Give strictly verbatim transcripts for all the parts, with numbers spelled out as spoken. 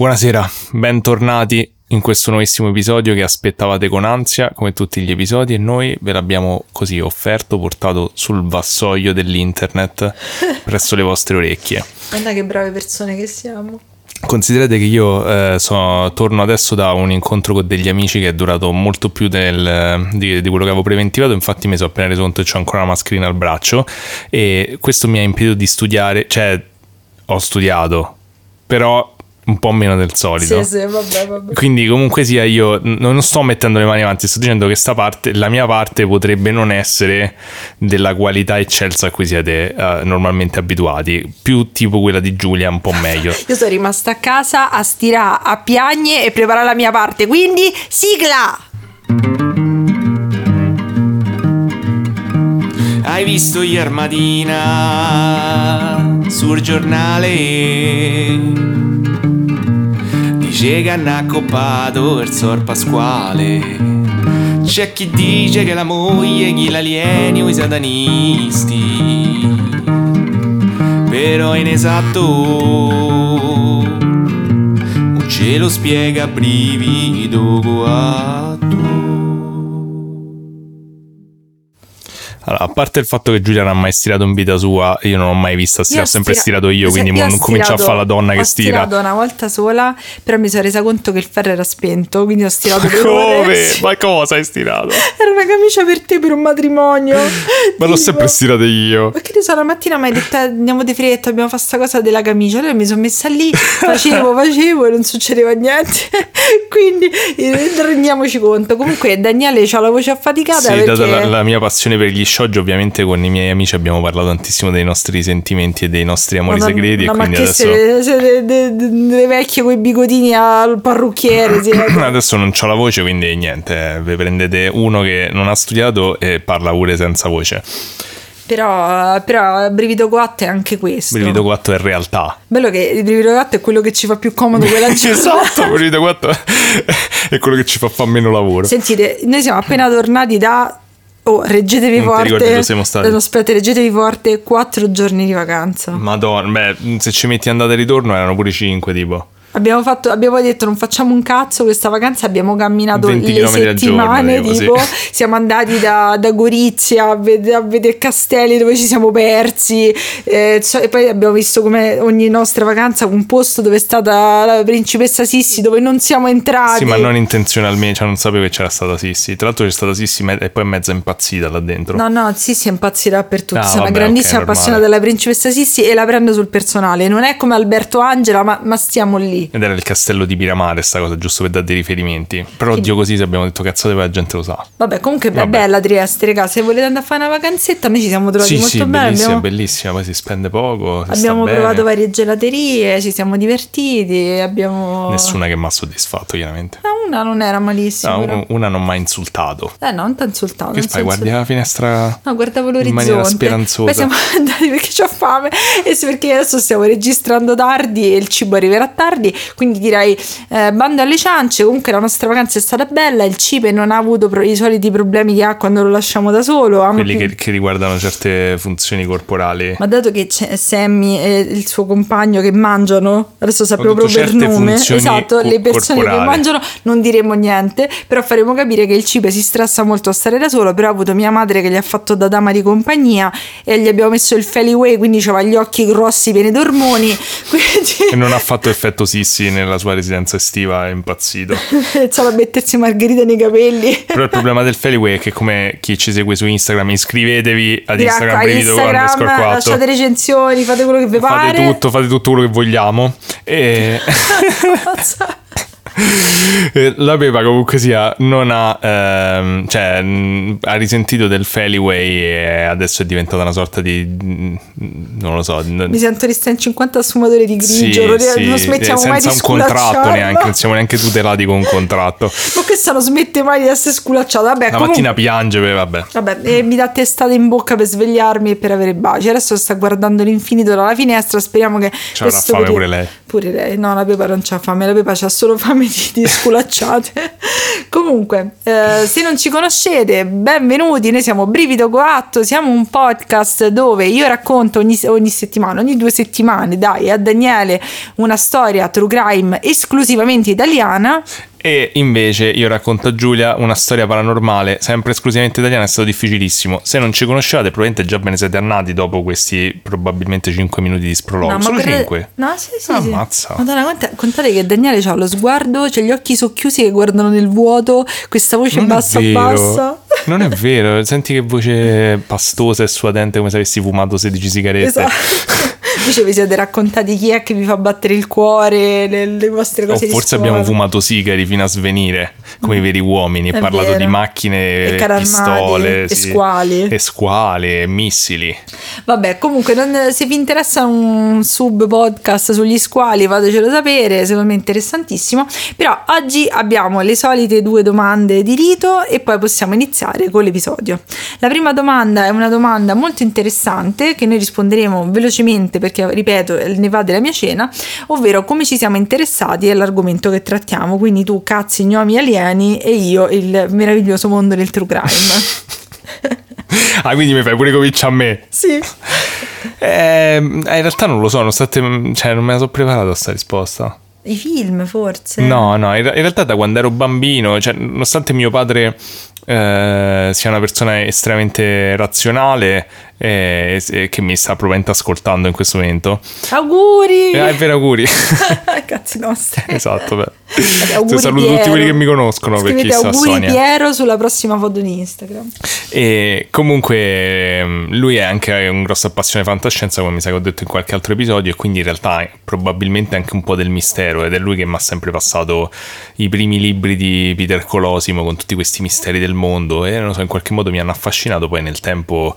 Buonasera, bentornati in questo nuovissimo episodio che aspettavate con ansia, come tutti gli episodi, e noi ve l'abbiamo così offerto, portato sul vassoio dell'internet presso le vostre orecchie. Guarda che brave persone che siamo. Considerate che io eh, so, torno adesso da un incontro con degli amici che è durato molto più del, di, di quello che avevo preventivato. Infatti mi sono appena reso conto che c'ho ancora una mascherina al braccio e questo mi ha impedito di studiare, cioè ho studiato, però un po' meno del solito. Sì, sì, vabbè, vabbè. Quindi comunque sia, io non sto mettendo le mani avanti, sto dicendo che sta parte, la mia parte potrebbe non essere della qualità eccelsa a cui siete uh, normalmente abituati, più tipo quella di Giulia, un po' meglio. Io sono rimasta a casa a stirare, a piagne e preparare la mia parte, quindi sigla! Hai visto ieri mattina sul giornale? Dice che hanno accoppato il Sor Pasquale. C'è chi dice che la moglie chi l'alieni o i satanisti, però inesatto non ce lo spiega brivido coatto. Allora, a parte il fatto che Giulia non ha mai stirato in vita sua, io non ho mai vista stirare, ho sempre stira- stirato io, quindi io non comincio a fare la donna che stira. Ho stirato una volta sola, però mi sono resa conto che il ferro era spento, quindi ho stirato per Come? ore. Sì. Ma cosa hai stirato? Era una camicia per te per un matrimonio. Ma l'ho sempre stirata io. Perché ne so, la mattina mi hai detto andiamo di fretta, abbiamo fatto sta cosa della camicia. Allora mi sono messa lì, facevo, facevo e non succedeva niente. Quindi rendiamoci conto. Comunque Daniele c'ha la voce affaticata. Sì, perché... data la, la mia passione per gli shoujo, ovviamente con i miei amici abbiamo parlato tantissimo dei nostri sentimenti e dei nostri amori no, segreti. No, e ma quindi che adesso siete, siete de, de, de vecchie con i bigodini al parrucchiere. Adesso non c'ho la voce, quindi niente, vi prendete uno che non ha studiato e parla pure senza voce. Però, però brivido coatto è anche questo. Brivido coatto è realtà. Bello che il brivido coatto è quello che ci fa più comodo quella giornata. Esatto, il brivido coatto è quello che ci fa fare meno lavoro. Sentite, noi siamo appena tornati da... Oh, reggetevi non forte. Ti ricordi dove siamo stati? No, aspetta, reggetevi forte, quattro giorni di vacanza. Madonna, beh, se ci metti andata e ritorno erano pure cinque tipo. Abbiamo fatto, abbiamo detto non facciamo un cazzo questa vacanza, abbiamo camminato le settimane, giorno, tipo, sì. Siamo andati da, da Gorizia a vedere, a vedere castelli dove ci siamo persi, eh, e poi abbiamo visto come ogni nostra vacanza un posto dove è stata la principessa Sissi dove non siamo entrati. Sì, ma non intenzionalmente, cioè non sapevo che c'era stata Sissi. Tra l'altro c'è stata Sissi e poi è mezza impazzita là dentro. No, no, Sissi è impazzita per tutto. Ah, Sono vabbè, una grandissima okay, appassionata della principessa Sissi e la prendo sul personale. Non è come Alberto Angela, ma, ma stiamo lì. Ed era il castello di Piramare sta cosa, giusto per dare dei riferimenti. Però Quindi... oddio, così se abbiamo detto cazzate poi la gente lo sa. Vabbè, comunque è Vabbè. bella Trieste, raga. Se volete andare a fare una vacanzetta, noi ci siamo trovati sì, molto sì, bene. bellissima, abbiamo... bellissima, poi si spende poco. Si abbiamo sta provato bene. varie gelaterie, ci siamo divertiti. Abbiamo... Nessuna che mi ha soddisfatto, chiaramente. No, una non era malissima. No, una non mi ha insultato. Eh no, non ti ha insultato. Che fai? Guardi la finestra? No, guardavo in l'orizzonte. maniera speranzosa. Poi siamo andati perché c'ho fame e perché adesso stiamo registrando tardi e il cibo arriverà tardi, quindi direi eh, bando alle ciance. Comunque la nostra vacanza è stata bella, il cibo non ha avuto pro- i soliti problemi che ha quando lo lasciamo da solo. Amo Quelli più... che, che riguardano certe funzioni corporali. Ma dato che c'è Sammy e il suo compagno che mangiano, adesso sapevo detto proprio per certe nome, funzioni esatto, co- le persone corporali. che mangiano, non diremo niente, però faremo capire che il cibo si stressa molto a stare da solo. Però ha avuto mia madre che gli ha fatto da dama di compagnia e gli abbiamo messo il Feliway, quindi aveva gli occhi grossi pieni d'ormoni, quindi... E non ha fatto effetto Sissi nella sua residenza estiva, è impazzito. Iniziava a mettersi margherita nei capelli. Però il problema del Feliway è che, come chi ci segue su Instagram, iscrivetevi ad Dirà, Instagram a Brivido Instagram, quattro. lasciate recensioni, fate quello che vi pare, fate tutto, fate tutto quello che vogliamo. E la Pepa comunque sia non ha ehm, cioè mh, ha risentito del Feliway e adesso è diventata una sorta di non lo so, mi sento di stare in cinquanta sfumatori di grigio, sì, non sì, smettiamo senza mai di un contratto neanche, non siamo neanche tutelati con un contratto. Ma questa non smette mai di essere sculacciata. Vabbè, la comunque... mattina piange, beh, vabbè vabbè e mi dà testate in bocca per svegliarmi e per avere baci. Adesso sta guardando l'infinito dalla finestra, speriamo che c'ha la fame periodo... pure lei. Pure lei, no, la Pepa non c'ha fame, la Pepa c'ha solo fame di, di sculacciate. Comunque, eh, se non ci conoscete, benvenuti, noi siamo Brivido Coatto, siamo un podcast dove io racconto ogni, ogni settimana, ogni due settimane, dai, a Daniele una storia true crime esclusivamente italiana. E invece io racconto a Giulia una storia paranormale sempre esclusivamente italiana. È stato difficilissimo. Se non ci conoscevate probabilmente già ve ne siete annati dopo questi probabilmente cinque minuti di sprologo. No, solo per... cinque? No, sì, sì, ammazza. Sì. Madonna, contate, contate che Daniele ha lo sguardo, c'ha gli occhi socchiusi che guardano nel vuoto, questa voce non bassa bassa. Non è vero, senti che voce pastosa e suadente, come se avessi fumato sedici sigarette. Esatto. Invece vi siete raccontati chi è che vi fa battere il cuore, le, le vostre cose. O forse abbiamo fumato sigari fino a svenire, come mm. i veri uomini, e parlato vero. di macchine, e pistole, e sì, squali. E squali, e missili. Vabbè, comunque non, se vi interessa un sub podcast sugli squali, fatecelo sapere, secondo me è interessantissimo. Però oggi abbiamo le solite due domande di rito e poi possiamo iniziare con l'episodio. La prima domanda è una domanda molto interessante che noi risponderemo velocemente perché, ripeto, ne va della mia cena, ovvero come ci siamo interessati all'argomento che trattiamo. Quindi tu cazzi, gnomi, alieni e io il meraviglioso mondo del true crime. Ah, quindi mi fai pure comincia a me? Sì. Eh, in realtà non lo so, nonostante, cioè, non me la sono preparata a sta risposta. I film, forse? No, no, in, in realtà da quando ero bambino, cioè, nonostante mio padre eh, sia una persona estremamente razionale e, e che mi sta probabilmente ascoltando in questo momento. Auguri! Eh, è vero, auguri. Cazzi nostri. Esatto, beh. Vabbè, auguri saluto Piero. Tutti quelli che mi conoscono. Scrivete per chi auguri sa Sonia. Piero sulla prossima foto di Instagram. E comunque lui è anche un grosso appassionato di fantascienza, come mi sa che ho detto in qualche altro episodio, e quindi in realtà probabilmente anche un po' del mistero, ed è lui che mi ha sempre passato i primi libri di Peter Colosimo con tutti questi misteri del mondo, e non lo so, in qualche modo mi hanno affascinato. Poi nel tempo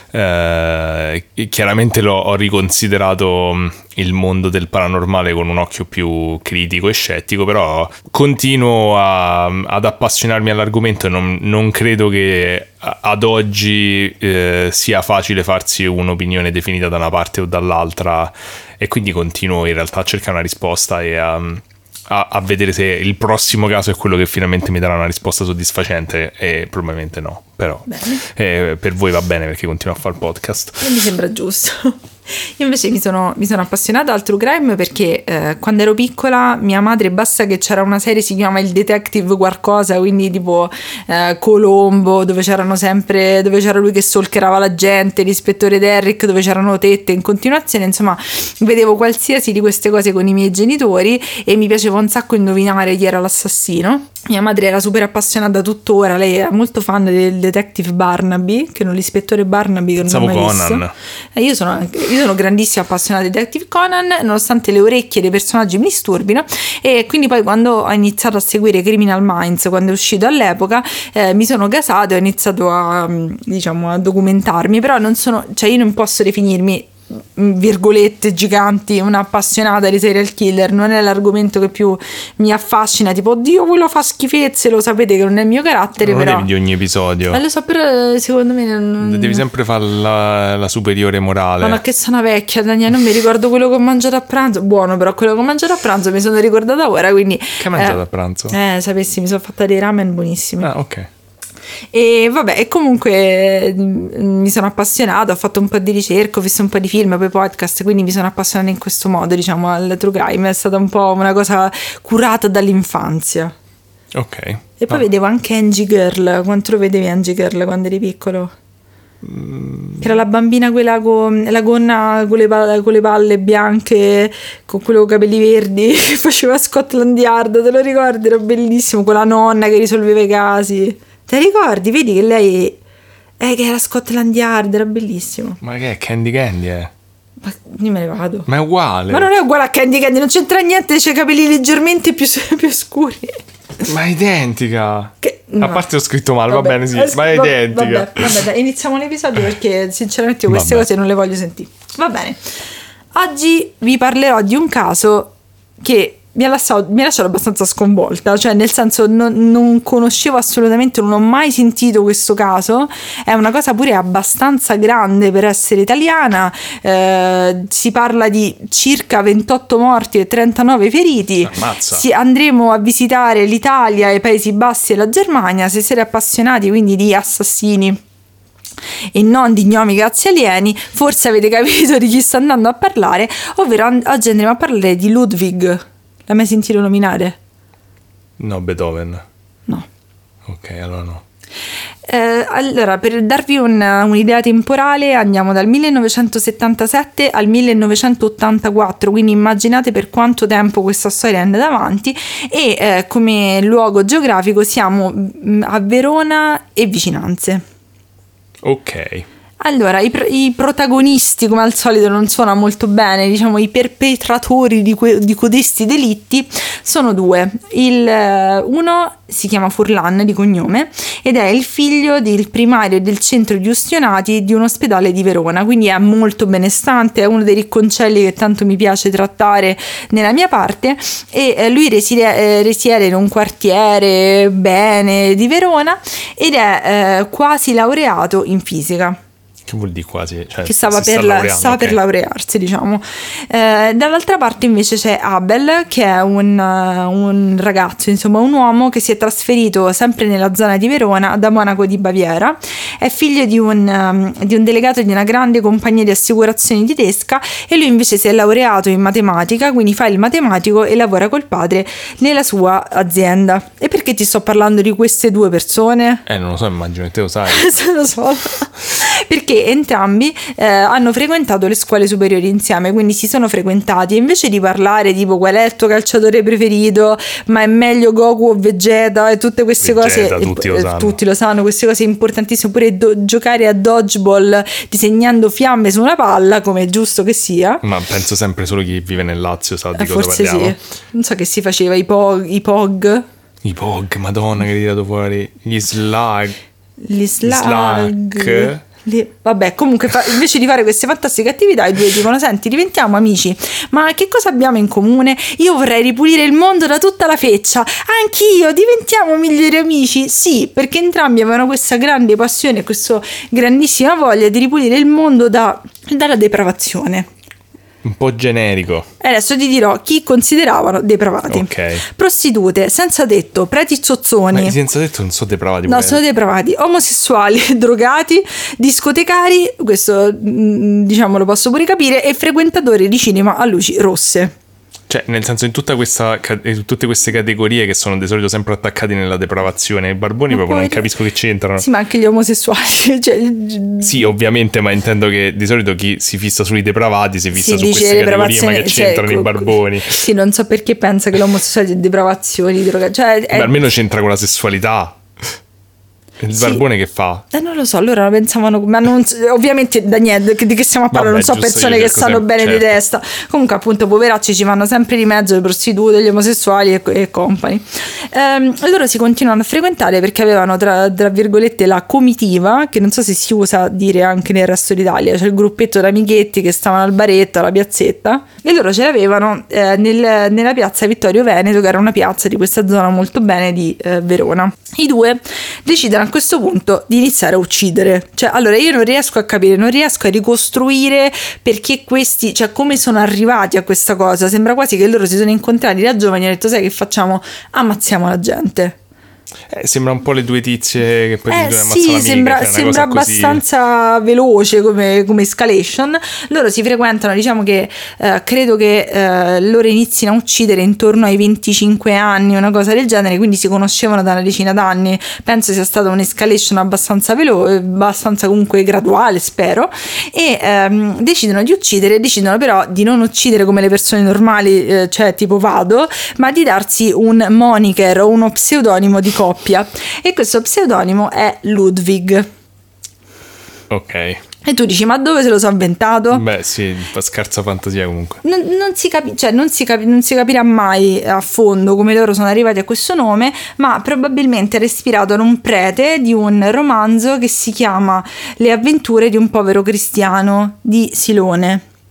eh, chiaramente l'ho, ho riconsiderato il mondo del paranormale con un occhio più critico e scettico, però continuo a, ad appassionarmi all'argomento e non, non credo che ad oggi eh, sia facile farsi un'opinione definita da una parte o dall'altra, e quindi continuo in realtà a cercare una risposta e a, a, a vedere se il prossimo caso è quello che finalmente mi darà una risposta soddisfacente, e probabilmente no, però eh, per voi va bene perché continuo a fare il podcast. E mi sembra giusto. Io invece mi sono, mi sono appassionata al true crime perché eh, quando ero piccola mia madre, basta che c'era una serie, si chiama Il Detective qualcosa, quindi tipo eh, Colombo, dove c'erano sempre, dove c'era lui che stalkerava la gente, l'ispettore Derrick, dove c'erano tette in continuazione, insomma vedevo qualsiasi di queste cose con i miei genitori e mi piaceva un sacco indovinare chi era l'assassino. Mia madre era super appassionata tuttora, lei era molto fan del detective Barnaby, che non l'ispettore Barnaby, che non ho mai Conan. visto. E io sono anche, io sono grandissima appassionata di Detective Conan, nonostante le orecchie dei personaggi mi disturbino, e quindi poi quando ho iniziato a seguire Criminal Minds, quando è uscito all'epoca, eh, mi sono gasata e ho iniziato a, diciamo, a documentarmi, però non sono, cioè io non posso definirmi virgolette giganti una appassionata di serial killer, non è l'argomento che più mi affascina, tipo oddio quello fa schifezze, lo sapete che non è il mio carattere, non però lo devi di ogni episodio, ma lo so, però secondo me non... devi sempre fare la, la superiore morale. Ma no, che sono vecchia, Daniele, non mi ricordo quello che ho mangiato a pranzo, buono, però quello che ho mangiato a pranzo mi sono ricordata ora, quindi che hai mangiato eh, a pranzo? Eh, sapessi, mi sono fatta dei ramen buonissimi. Ah, ok. E vabbè, e comunque mi sono appassionata, ho fatto un po' di ricerca, ho visto un po' di film, poi podcast, quindi mi sono appassionata in questo modo, diciamo, al true crime. È stata un po' una cosa curata dall'infanzia. Ok. E poi no. vedevo anche Angie Girl. Quanto lo vedevi Angie Girl quando eri piccolo? Mm. Era la bambina quella con la gonna con le, palle, con le palle bianche, con quello con capelli verdi, che faceva Scotland Yard, te lo ricordi? Era bellissimo, con la nonna che risolveva i casi. Te ricordi? Vedi che lei eh, che era Scotland Yard, era bellissimo. Ma che è Candy Candy, eh? Ma io me ne vado. Ma è uguale. Ma non è uguale a Candy Candy, non c'entra niente, c'ha i capelli leggermente più, più scuri. Ma è identica. Che, no. A parte ho scritto male, vabbè, va bene, sì, as- ma è va- identica. Vabbè, vabbè, dai, iniziamo l'episodio perché sinceramente io queste vabbè. cose non le voglio sentire. Va bene. Oggi vi parlerò di un caso che mi ha lasciato, mi ha lasciato abbastanza sconvolta, cioè nel senso non, non conoscevo assolutamente, non ho mai sentito questo caso, è una cosa pure abbastanza grande per essere italiana, eh, si parla di circa ventotto morti e trentanove feriti. Si, andremo a visitare l'Italia, i Paesi Bassi e la Germania, se siete appassionati quindi di assassini e non di gnomi cazzi alieni, forse avete capito di chi sto andando a parlare, ovvero oggi andremo a parlare di Ludwig. L'hai mai sentito nominare? No, Beethoven. No. Ok, allora no. Eh, allora, per darvi un, un'idea temporale, andiamo dal millenovecentosettantasette al millenovecentottantaquattro, quindi immaginate per quanto tempo questa storia è andata avanti, e eh, come luogo geografico siamo a Verona e vicinanze. Ok. Allora, i, i protagonisti, come al solito, non suona molto bene, diciamo i perpetratori di, que, di codesti delitti sono due. Il, uno si chiama Furlan di cognome ed è il figlio del primario del centro di ustionati di un ospedale di Verona, quindi è molto benestante, è uno dei ricconcelli che tanto mi piace trattare nella mia parte, e eh, lui risiede, eh, risiede in un quartiere bene di Verona ed è eh, quasi laureato in fisica. Che vuol dire quasi? Cioè, che stava, per, la, stava okay. per laurearsi, diciamo. Eh, dall'altra parte invece c'è Abel, che è un, un ragazzo, insomma un uomo che si è trasferito sempre nella zona di Verona, da Monaco di Baviera. È figlio di un, um, di un delegato di una grande compagnia di assicurazioni tedesca, e lui invece si è laureato in matematica, quindi fa il matematico e lavora col padre nella sua azienda. E perché ti sto parlando di queste due persone? Eh, non lo so, immagino che te lo sai. Lo so. Perché entrambi eh, hanno frequentato le scuole superiori insieme, quindi si sono frequentati, e invece di parlare tipo qual è il tuo calciatore preferito, ma è meglio Goku o Vegeta e tutte queste Vegeta, cose, tutti eh, lo sanno. tutti lo sanno, queste cose importantissime, pure do- giocare a dodgeball disegnando fiamme su una palla, come è giusto che sia. Ma penso sempre solo chi vive nel Lazio sa di eh, cosa forse parliamo. Sì, non so che si faceva, i pog, i pog i pog, madonna che hai tirato fuori, gli slag gli slag, slag. Vabbè, comunque fa, invece di fare queste fantastiche attività, i due dicono: senti, diventiamo amici, ma che cosa abbiamo in comune? Io vorrei ripulire il mondo da tutta la feccia, anch'io, diventiamo migliori amici. Sì, perché entrambi avevano questa grande passione, questa grandissima voglia di ripulire il mondo da, dalla depravazione. Un po' generico. E adesso ti dirò chi consideravano depravati. Ok. Prostitute, senza tetto, preti zozzoni. Ma senza tetto non sono depravati. No, sono depravati. Omosessuali, drogati, discotecari, questo diciamo lo posso pure capire, e frequentatori di cinema a luci rosse. Cioè, nel senso, in tutta questa, in tutte queste categorie che sono di solito sempre attaccati nella depravazione, i barboni ma proprio poi, non capisco che c'entrano. Sì, ma anche gli omosessuali. Cioè... Sì, ovviamente, ma intendo che di solito chi si fissa sui depravati si fissa si su queste categorie, ma che c'entrano cioè, i barboni. Sì, non so perché pensa che l'omosessuale è depravazione, droga. Cioè, è... Ma almeno c'entra con la sessualità. Il sì. Barbone che fa? Eh, non lo so, allora pensavano, ma non, ovviamente da niente, di che stiamo a parlare, non so, persone che sanno sempre, bene certo. di testa. Comunque appunto poveracci ci vanno sempre di mezzo le prostitute, gli omosessuali e, e company. Ehm, loro si continuano a frequentare perché avevano tra, tra virgolette la comitiva, che non so se si usa dire anche nel resto d'Italia, cioè il gruppetto d'amichetti che stavano al baretto, alla piazzetta, e loro ce l'avevano eh, nel, nella piazza Vittorio Veneto, che era una piazza di questa zona molto bene di eh, Verona. I due decidono a questo punto di iniziare a uccidere. Cioè, allora io non riesco a capire, non riesco a ricostruire perché questi, cioè come sono arrivati a questa cosa. Sembra quasi che loro si sono incontrati da giovani e hanno detto: sai che facciamo? Ammazziamo la gente. Eh, sembra un po' le due tizie che poi eh, ti sì, l'amica, sembra, cioè sembra abbastanza così veloce come, come escalation. Loro si frequentano, diciamo che eh, credo che eh, loro inizino a uccidere intorno ai venticinque anni, una cosa del genere, quindi si conoscevano da una decina d'anni. Penso sia stata un'escalation abbastanza veloce, abbastanza comunque graduale, spero, e ehm, decidono di uccidere, decidono però di non uccidere come le persone normali, eh, cioè tipo vado, ma di darsi un moniker o uno pseudonimo di coppia, e questo pseudonimo è Ludwig. Ok. E tu dici: ma dove se lo so inventato? Beh sì, scarsa fantasia comunque. Non, non, si capi- cioè non, si capi- non si capirà mai a fondo come loro sono arrivati a questo nome, ma probabilmente era ispirato ad un prete di un romanzo che si chiama Le avventure di un povero cristiano di Silone.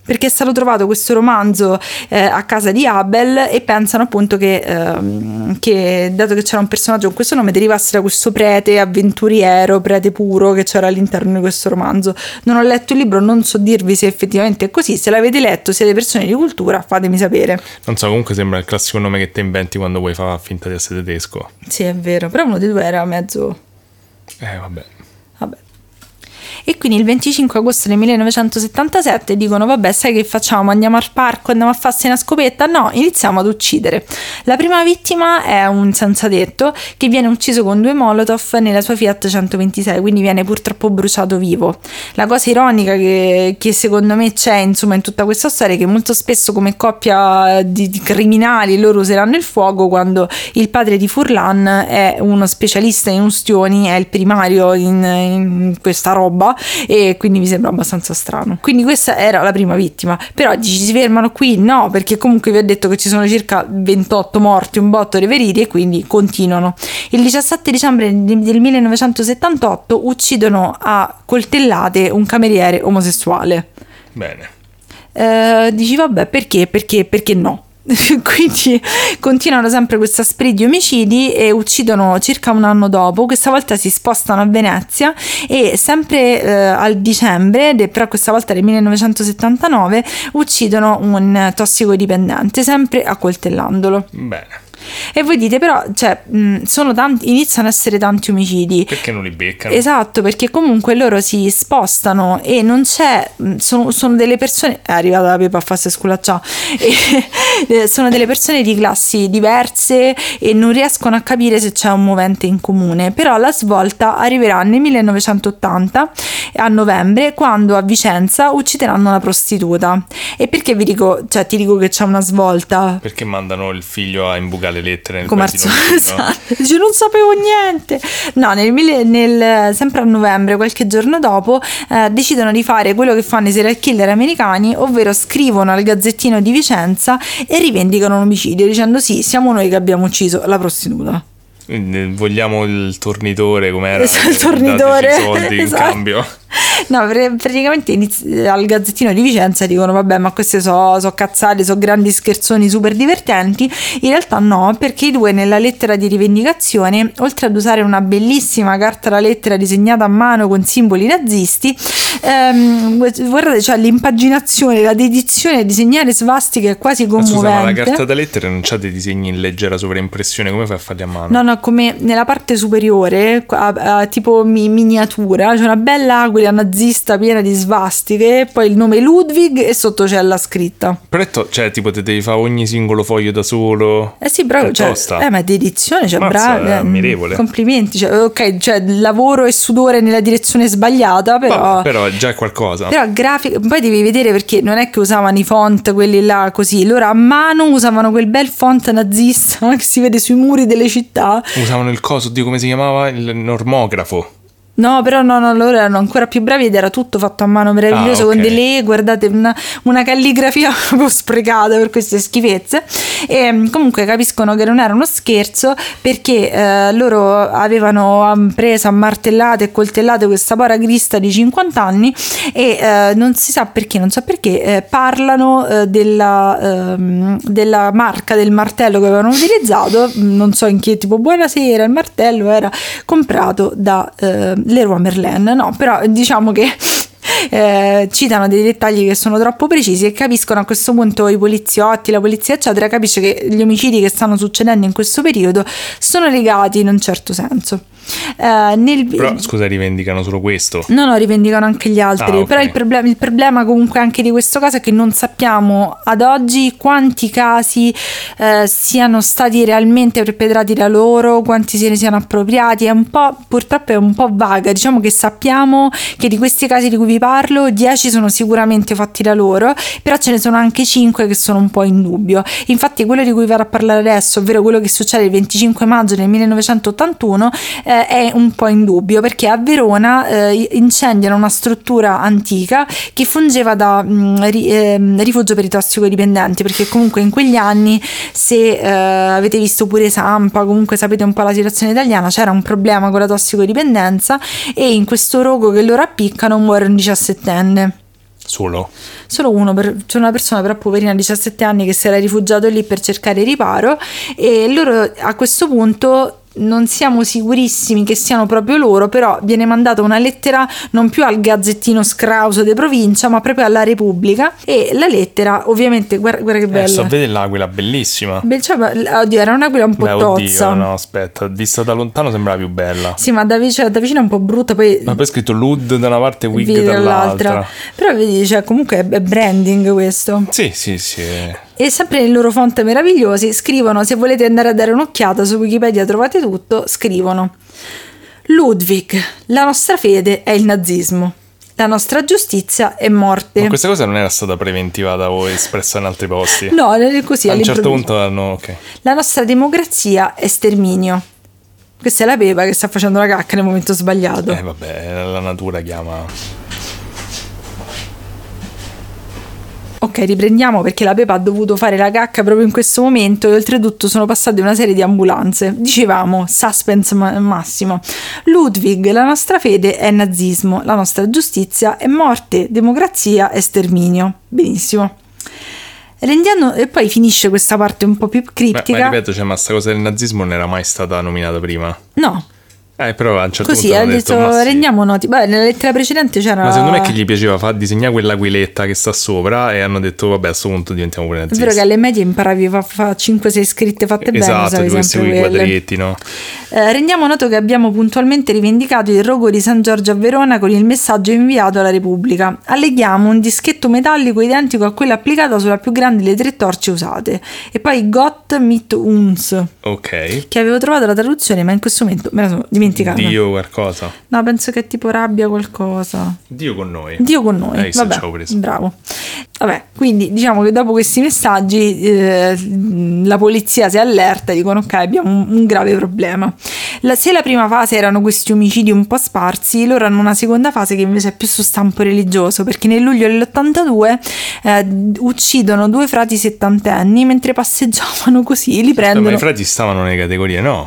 perché è stato trovato questo romanzo eh, a casa di Abel e pensano appunto che, ehm, che dato che c'era un personaggio con questo nome derivasse da questo prete avventuriero, prete puro che c'era all'interno di questo romanzo. Non ho letto il libro, non so dirvi se effettivamente è così. Se l'avete letto, siete persone di cultura, fatemi sapere. Non so, comunque sembra il classico nome che te inventi quando vuoi fare finta di essere tedesco. Sì, è vero, però uno dei due era mezzo... Eh, vabbè. Vabbè. E quindi il venticinque agosto del millenovecentosettantasette dicono vabbè, sai che facciamo, andiamo al parco, andiamo a farsi una scopetta? No, iniziamo ad uccidere. La prima vittima è un senzatetto che viene ucciso con due molotov nella sua Fiat centoventisei, quindi viene purtroppo bruciato vivo. La cosa ironica che, che secondo me c'è insomma in tutta questa storia è che molto spesso come coppia di, di criminali loro useranno il fuoco, quando il padre di Furlan è uno specialista in ustioni, è il primario in, in questa roba, e quindi mi sembra abbastanza strano. Quindi questa era la prima vittima, però ci si fermano qui? No, perché comunque vi ho detto che ci sono circa ventotto morti, un botto di feriti, e quindi continuano. Il diciassette dicembre del millenovecentosettantotto uccidono a coltellate un cameriere omosessuale. Bene. Eh, dici vabbè, perché? Perché? Perché no? Quindi continuano sempre questa spree di omicidi e uccidono circa un anno dopo. Questa volta si spostano a Venezia e sempre eh, al dicembre, però questa volta del millenovecentosettantanove, uccidono un tossicodipendente, sempre accoltellandolo. Bene. E voi dite però, cioè, mh, sono tanti, iniziano ad essere tanti omicidi. Perché non li beccano? Esatto, perché comunque loro si spostano e non c'è, sono, sono delle persone, è arrivata la Pepa a farsi sculaccià, e sono delle persone di classi diverse e non riescono a capire se c'è un movente in comune. Però la svolta arriverà nel millenovecentottanta, a novembre, quando a Vicenza uccideranno una prostituta. E perché vi dico, cioè ti dico che c'è una svolta? Perché mandano il figlio a imbucare le lettere nel come paesino esatto. Dice, non sapevo niente. No, nel, nel, sempre a novembre, qualche giorno dopo, eh, decidono di fare quello che fanno i serial killer americani, ovvero scrivono al Gazzettino di Vicenza e rivendicano un omicidio dicendo sì, siamo noi che abbiamo ucciso la prostituta. Vogliamo il tornitore, com'era? Esatto, il tornitore, soldi esatto. in cambio. No, praticamente inizi- al Gazzettino di Vicenza dicono vabbè, ma queste so, so cazzate, so grandi scherzoni super divertenti. In realtà no, perché i due nella lettera di rivendicazione, oltre ad usare una bellissima carta da lettera disegnata a mano con simboli nazisti, ehm, guardate, cioè l'impaginazione, la dedizione a disegnare svastiche è quasi commovente. Ma scusa, ma la carta da lettera non c'ha dei disegni in leggera sovraimpressione, come fai a farli a mano? No, no, come nella parte superiore, a, a, tipo mi, miniatura, c'è una bella aquila nazista piena di svastiche, poi il nome Ludwig e sotto c'è la scritta. Però to- cioè tipo te devi fare ogni singolo foglio da solo. Eh sì, bravo, cioè, eh, ma è di edizione, cioè bravo, è ammirevole. Complimenti, cioè, ok, cioè lavoro e sudore nella direzione sbagliata, però Vabbè, però già è qualcosa. Però grafica, poi devi vedere, perché non è che usavano i font quelli là così, loro a mano usavano quel bel font nazista che si vede sui muri delle città. Usavano il coso, oddio, come si chiamava? Il normografo. No, però no, no, loro erano ancora più bravi ed era tutto fatto a mano meraviglioso, ah, okay. Con delle, guardate, una, una calligrafia un po' sprecata per queste schifezze. E comunque capiscono che non era uno scherzo, perché eh, loro avevano preso a martellate e coltellate questa povera Crista di cinquanta anni e eh, non si sa perché, non so perché, eh, parlano eh, della, eh, della marca del martello che avevano utilizzato, non so in che tipo, buonasera, il martello era comprato da eh, Leroy Merlin, no, però diciamo che eh, citano dei dettagli che sono troppo precisi e capiscono a questo punto i poliziotti, la polizia eccetera, capisce che gli omicidi che stanno succedendo in questo periodo sono legati in un certo senso. Uh, nel... Però scusa, rivendicano solo questo? No, no, rivendicano anche gli altri. Ah, okay. Però il problema, il problema comunque anche di questo caso è che non sappiamo ad oggi quanti casi eh, siano stati realmente perpetrati da loro, quanti se ne siano appropriati. È un po', purtroppo è un po' vaga. Diciamo che sappiamo che di questi casi di cui vi parlo, dieci sono sicuramente fatti da loro, però ce ne sono anche cinque che sono un po' in dubbio. Infatti quello di cui vado a parlare adesso, ovvero quello che succede il venticinque maggio del millenovecentottantuno, eh, è un po' in dubbio, perché a Verona eh, incendiano una struttura antica che fungeva da mh, ri, eh, rifugio per i tossicodipendenti, perché comunque in quegli anni, se eh, avete visto pure Sampa, comunque sapete un po' la situazione italiana, c'era un problema con la tossicodipendenza e in questo rogo che loro appiccano muore un diciassettenne Solo? Solo uno, per, c'è una persona però poverina di diciassette anni che si era rifugiato lì per cercare riparo, e loro a questo punto non siamo sicurissimi che siano proprio loro, però viene mandata una lettera non più al Gazzettino Scrauso de provincia, ma proprio alla Repubblica, e la lettera ovviamente, guarda, guarda che bella, eh, sto a vedere l'aquila, bellissima. Be- cioè, oddio, era un'aquila un po' Beh, tozza. Oddio, no, aspetta, vista da lontano sembrava più bella. Sì, ma da vicino, da vicino è un po' brutta, poi ma poi è scritto L U D da una parte e Wig dall'altra. dall'altra. Però vedi, cioè, comunque è branding questo. Sì, sì, sì. E sempre nei loro font meravigliosi scrivono: se volete andare a dare un'occhiata su Wikipedia trovate tutto, scrivono: Ludwig, la nostra fede è il nazismo, la nostra giustizia è morte. Ma questa cosa non era stata preventiva da voi, espressa in altri posti? No, è così. A un certo punto hanno... ok. La nostra democrazia è sterminio. Questa è la Pepa che sta facendo la cacca nel momento sbagliato. Eh vabbè, la natura chiama... Ok, riprendiamo, perché la Pepa ha dovuto fare la cacca proprio in questo momento e oltretutto sono passate una serie di ambulanze. Dicevamo, suspense ma- massimo. Ludwig, la nostra fede è nazismo, la nostra giustizia è morte, democrazia è sterminio. Benissimo. Rendiamo, e poi finisce questa parte un po' più criptica. Ma, ma ripeto, cioè, ma sta cosa del nazismo non era mai stata nominata prima? No. Eh, però a un certo Così, punto ha hanno detto, detto, ma sì. rendiamo noti. Beh, nella lettera precedente c'era... Ma secondo me è che gli piaceva far disegnare quell'aquiletta che sta sopra, e hanno detto vabbè, a questo punto diventiamo pure nazisti. È vero che alle medie imparavi a fare cinque sei scritte fatte esatto, bene, questi quei quadretti, no? Eh, rendiamo noto che abbiamo puntualmente rivendicato il rogo di San Giorgio a Verona con il messaggio inviato alla Repubblica. Alleghiamo un dischetto metallico identico a quello applicato sulla più grande delle tre torce usate. E poi Gott mit uns. Ok. Che avevo trovato la traduzione, ma in questo momento me la sono dimenticata. Dio qualcosa. No, penso che è tipo rabbia qualcosa. Dio con noi. Dio con noi. Eh, Vabbè, preso. bravo. Vabbè, quindi diciamo che dopo questi messaggi eh, la polizia si allerta e dicono ok, abbiamo un, un grave problema. La, se la prima fase erano questi omicidi un po' sparsi, loro hanno una seconda fase che invece è più su stampo religioso, perché nel luglio dell'ottantadue eh, uccidono due frati settantenni mentre passeggiavano, così li prendono. Ma i frati stavano nelle categorie, no?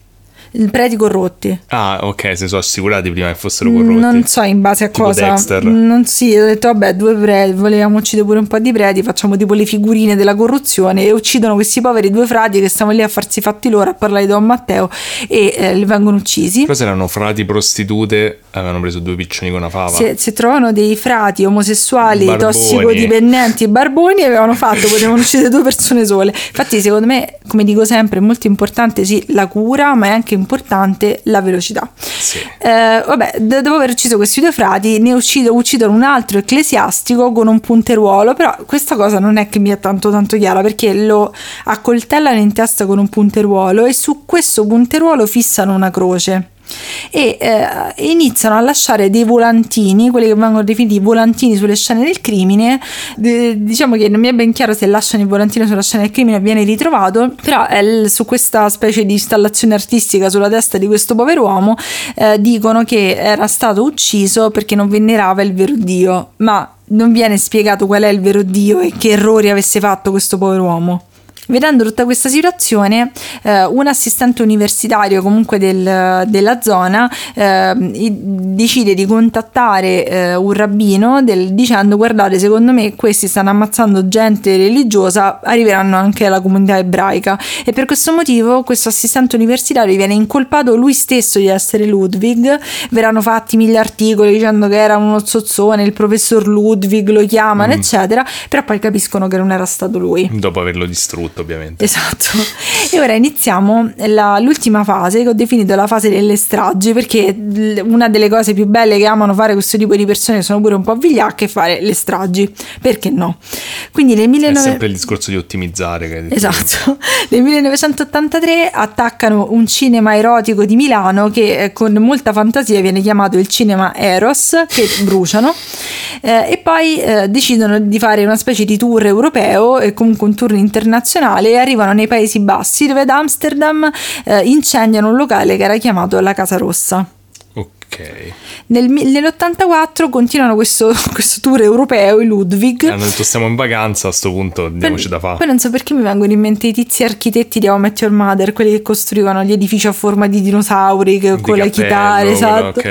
Preti corrotti. Ah, ok, si sono assicurati prima che fossero corrotti. Non so in base a tipo cosa. Dexter. Non sì, ho detto vabbè, due preti, volevamo uccidere pure un po' di preti, facciamo tipo le figurine della corruzione, e uccidono questi poveri due frati che stavano lì a farsi i fatti loro, a parlare di Don Matteo, e eh, li vengono uccisi. Però se erano frati prostitute, avevano preso due piccioni con una fava. Se, se trovano dei frati omosessuali, Barboni. tossicodipendenti, barboni, avevano fatto, potevano uccidere due persone sole. Infatti secondo me, come dico sempre, è molto importante sì la cura, ma è anche importante la velocità. Sì. Eh, vabbè, dopo aver ucciso questi due frati, ne uccido, uccidono un altro ecclesiastico con un punteruolo, però questa cosa non è che mi è tanto tanto chiara, perché lo accoltellano in testa con un punteruolo e su questo punteruolo fissano una croce. E eh, iniziano a lasciare dei volantini, quelli che vengono definiti volantini sulle scene del crimine. D- diciamo che non mi è ben chiaro se lasciano il volantino sulla scena del crimine e viene ritrovato, però è l- su questa specie di installazione artistica sulla testa di questo pover'uomo eh, dicono che era stato ucciso perché non venerava il vero Dio, ma non viene spiegato qual è il vero Dio e che errori avesse fatto questo pover'uomo. Vedendo tutta questa situazione, eh, un assistente universitario comunque del, della zona eh, decide di contattare eh, un rabbino del, dicendo guardate, secondo me questi stanno ammazzando gente religiosa, arriveranno anche alla comunità ebraica, e per questo motivo questo assistente universitario viene incolpato lui stesso di essere Ludwig. Verranno fatti mille articoli dicendo che era uno zozzone, il professor Ludwig lo chiamano mm. eccetera, però poi capiscono che non era stato lui dopo averlo distrutto, ovviamente. Esatto. E ora iniziamo la, l'ultima fase, che ho definito la fase delle stragi, perché una delle cose più belle che amano fare questo tipo di persone, che sono pure un po' vigliacche, è fare le stragi, perché no? Quindi nel millenovecento... è sempre il discorso di ottimizzare, che esatto. Nel millenovecentottantatré attaccano un cinema erotico di Milano che con molta fantasia viene chiamato il cinema Eros, che bruciano, eh, e poi eh, decidono di fare una specie di tour europeo e comunque un tour internazionale, e arrivano nei Paesi Bassi, dove ad Amsterdam eh, incendiano un locale che era chiamato la Casa Rossa. Ok. Nel, nell'ottantaquattro continuano questo, questo tour europeo, i Ludwig. Hanno detto stiamo in vacanza, a sto punto diamoci da fare. Poi non so perché mi vengono in mente i tizi architetti di How I Met Your Mother, quelli che costruivano gli edifici a forma di dinosauri che, di con cappello, la chitarra, esatto. Okay.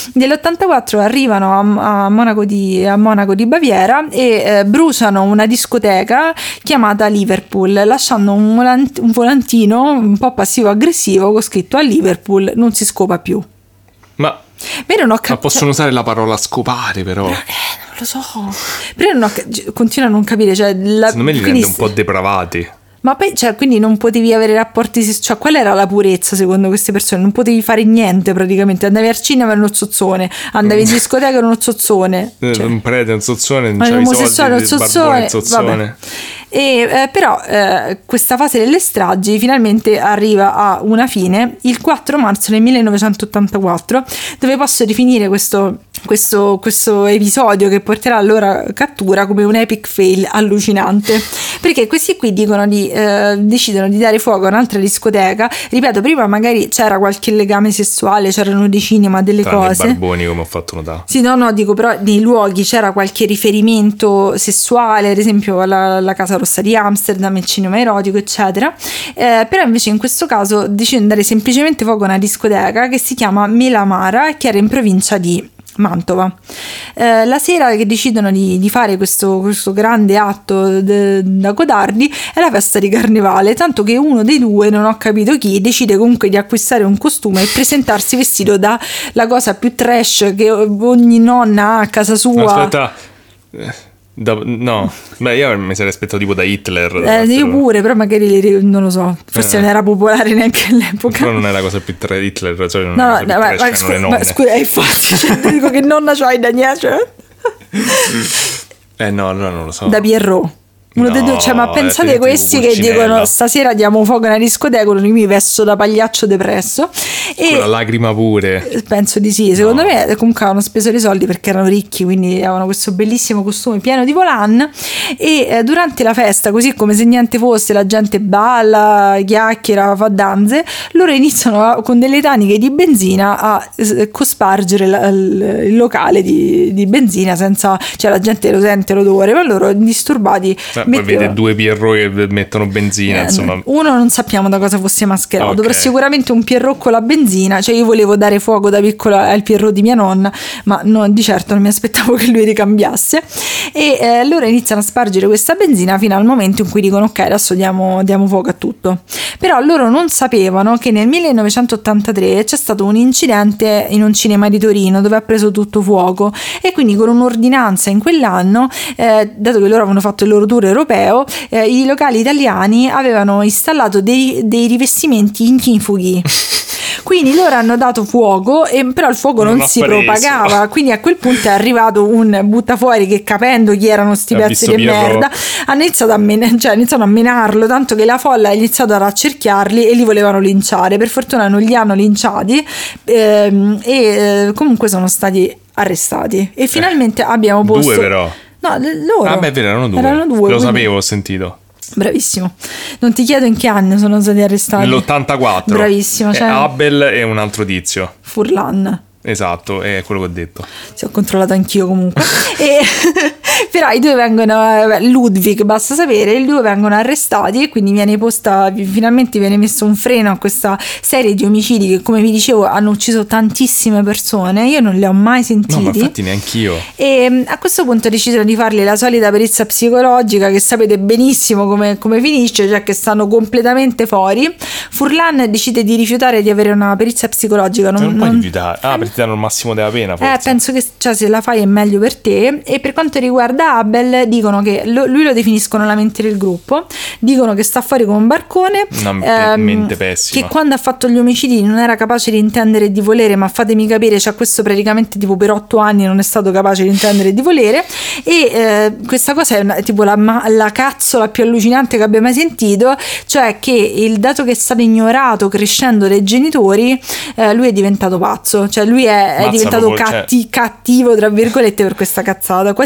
Nell'ottantaquattro arrivano a, a, Monaco di, a Monaco di Baviera e eh, bruciano una discoteca chiamata Liverpool, lasciando un, volant- un volantino un po' passivo-aggressivo con scritto: a Liverpool non si scopa più. Ma, Beh, non ho cap- ma possono usare la parola scopare, però. però eh, non lo so. Però io non ho, continuo a non capire. Cioè, la, secondo me li rende un po' depravati. Ma poi, cioè, quindi non potevi avere rapporti, cioè, qual era la purezza secondo queste persone? Non potevi fare niente praticamente. Andavi al cinema, era uno zozzone. Andavi in discoteca, era uno zozzone. Cioè, un prete, un zozzone, non ma c'avevi omosessuale, soldi, un zozzone, zozzone. Vabbè. E, eh, però eh, questa fase delle stragi finalmente arriva a una fine il quattro marzo del millenovecentottantaquattro, dove posso definire questo, questo, questo episodio che porterà alla loro cattura come un epic fail allucinante, perché questi qui dicono di eh, decidono di dare fuoco a un'altra discoteca. Ripeto, prima magari c'era qualche legame sessuale, c'erano dei cinema, delle tranne cose, i barboni, come ho fatto notare. sì, no, no, dico, però nei luoghi c'era qualche riferimento sessuale, ad esempio la, la Casa Rossa di Amsterdam, il cinema erotico, eccetera. Eh, però invece in questo caso decidono di dare semplicemente fuoco a una discoteca che si chiama Melamara, che era in provincia di Mantova. Eh, la sera che decidono di, di fare questo, questo grande atto de, da codardi è la festa di carnevale, tanto che uno dei due, non ho capito chi, decide comunque di acquistare un costume e presentarsi vestito da la cosa più trash che ogni nonna ha a casa sua. Aspetta, da, no, beh, io mi sarei aspettato tipo da Hitler. Eh, io pure, però magari non lo so, forse eh. non era popolare neanche all'epoca. Però non è la cosa più tra Hitler, cioè non no, è no, ma, ma, scu- ma scusa, infatti, cioè, dico che nonna c'hai Daniele, cioè. Eh no, allora non lo so. Da Pierrot. Uno no, dei due, cioè, ma pensate questi che dicono stasera diamo fuoco nella discoteca, uno mi vesto da pagliaccio depresso e la lacrima pure. Penso di sì, secondo no. me comunque avevano speso dei soldi perché erano ricchi, quindi avevano questo bellissimo costume pieno di volan e eh, durante la festa, così come se niente fosse, la gente balla, chiacchiera, fa danze, loro iniziano a, con delle taniche di benzina a eh, cospargere la, il, il locale di, di benzina senza, cioè la gente lo sente l'odore, ma loro indisturbati. Poi vede due Pierrot che mettono benzina, eh, insomma. Uno non sappiamo da cosa fosse mascherato, okay. Però sicuramente un Pierrot con la benzina, cioè io volevo dare fuoco da piccola al Pierrot di mia nonna, ma no, di certo non mi aspettavo che lui ricambiasse. E eh, loro iniziano a spargere questa benzina fino al momento in cui dicono ok, adesso diamo, diamo fuoco a tutto. Però loro non sapevano che nel millenovecentottantatré c'è stato un incidente in un cinema di Torino dove ha preso tutto fuoco e quindi con un'ordinanza in quell'anno, eh, dato che loro avevano fatto il loro tour europeo, eh, i locali italiani avevano installato dei, dei rivestimenti ignifughi. Quindi loro hanno dato fuoco e però il fuoco non, non si preso. propagava, quindi a quel punto è arrivato un buttafuori che, capendo chi erano sti ha pezzi di Pierrot. merda, hanno iniziato a, men- cioè, iniziato a menarlo, tanto che la folla ha iniziato a raccerchiarli e li volevano linciare. Per fortuna non li hanno linciati ehm, e eh, comunque sono stati arrestati e finalmente eh, abbiamo posto due però no, loro ah beh, vero, erano due, erano due lo quindi... sapevo, ho sentito. Bravissimo. Non ti chiedo in che anno sono stati arrestati. Nell'ottantaquattro. Bravissimo, cioè... Abel e un altro tizio. Furlan. Esatto, è quello che ho detto. Sì, ho controllato anch'io comunque. e, però i due vengono, Ludwig basta sapere, i due vengono arrestati e quindi viene posta, finalmente viene messo un freno a questa serie di omicidi che, come vi dicevo, hanno ucciso tantissime persone. Io non li ho mai sentiti. No, ma infatti neanch'io. E a questo punto decidono di fargli la solita perizia psicologica che sapete benissimo come, come finisce, cioè che stanno completamente fuori. Furlan decide di rifiutare di avere una perizia psicologica. Non, non puoi non... rifiutare. Ah, perché ti danno il massimo della pena, forse. Eh, penso che, cioè, se la fai è meglio per te. E per quanto riguarda Abel, dicono che lo, lui lo definiscono la mente del gruppo, dicono che sta fuori come un barcone, una ehm, mente pessima, che quando ha fatto gli omicidi non era capace di intendere e di volere, ma fatemi capire, cioè questo praticamente tipo per otto anni non è stato capace di intendere e di volere. E eh, questa cosa è una, tipo la, la cazzola più allucinante che abbia mai sentito, cioè che il dato che è stato ignorato crescendo dai genitori, eh, lui è diventato pazzo, cioè lui è, è diventato proprio, catti, cioè... cattivo tra virgolette per questa cazzata, quasi come le,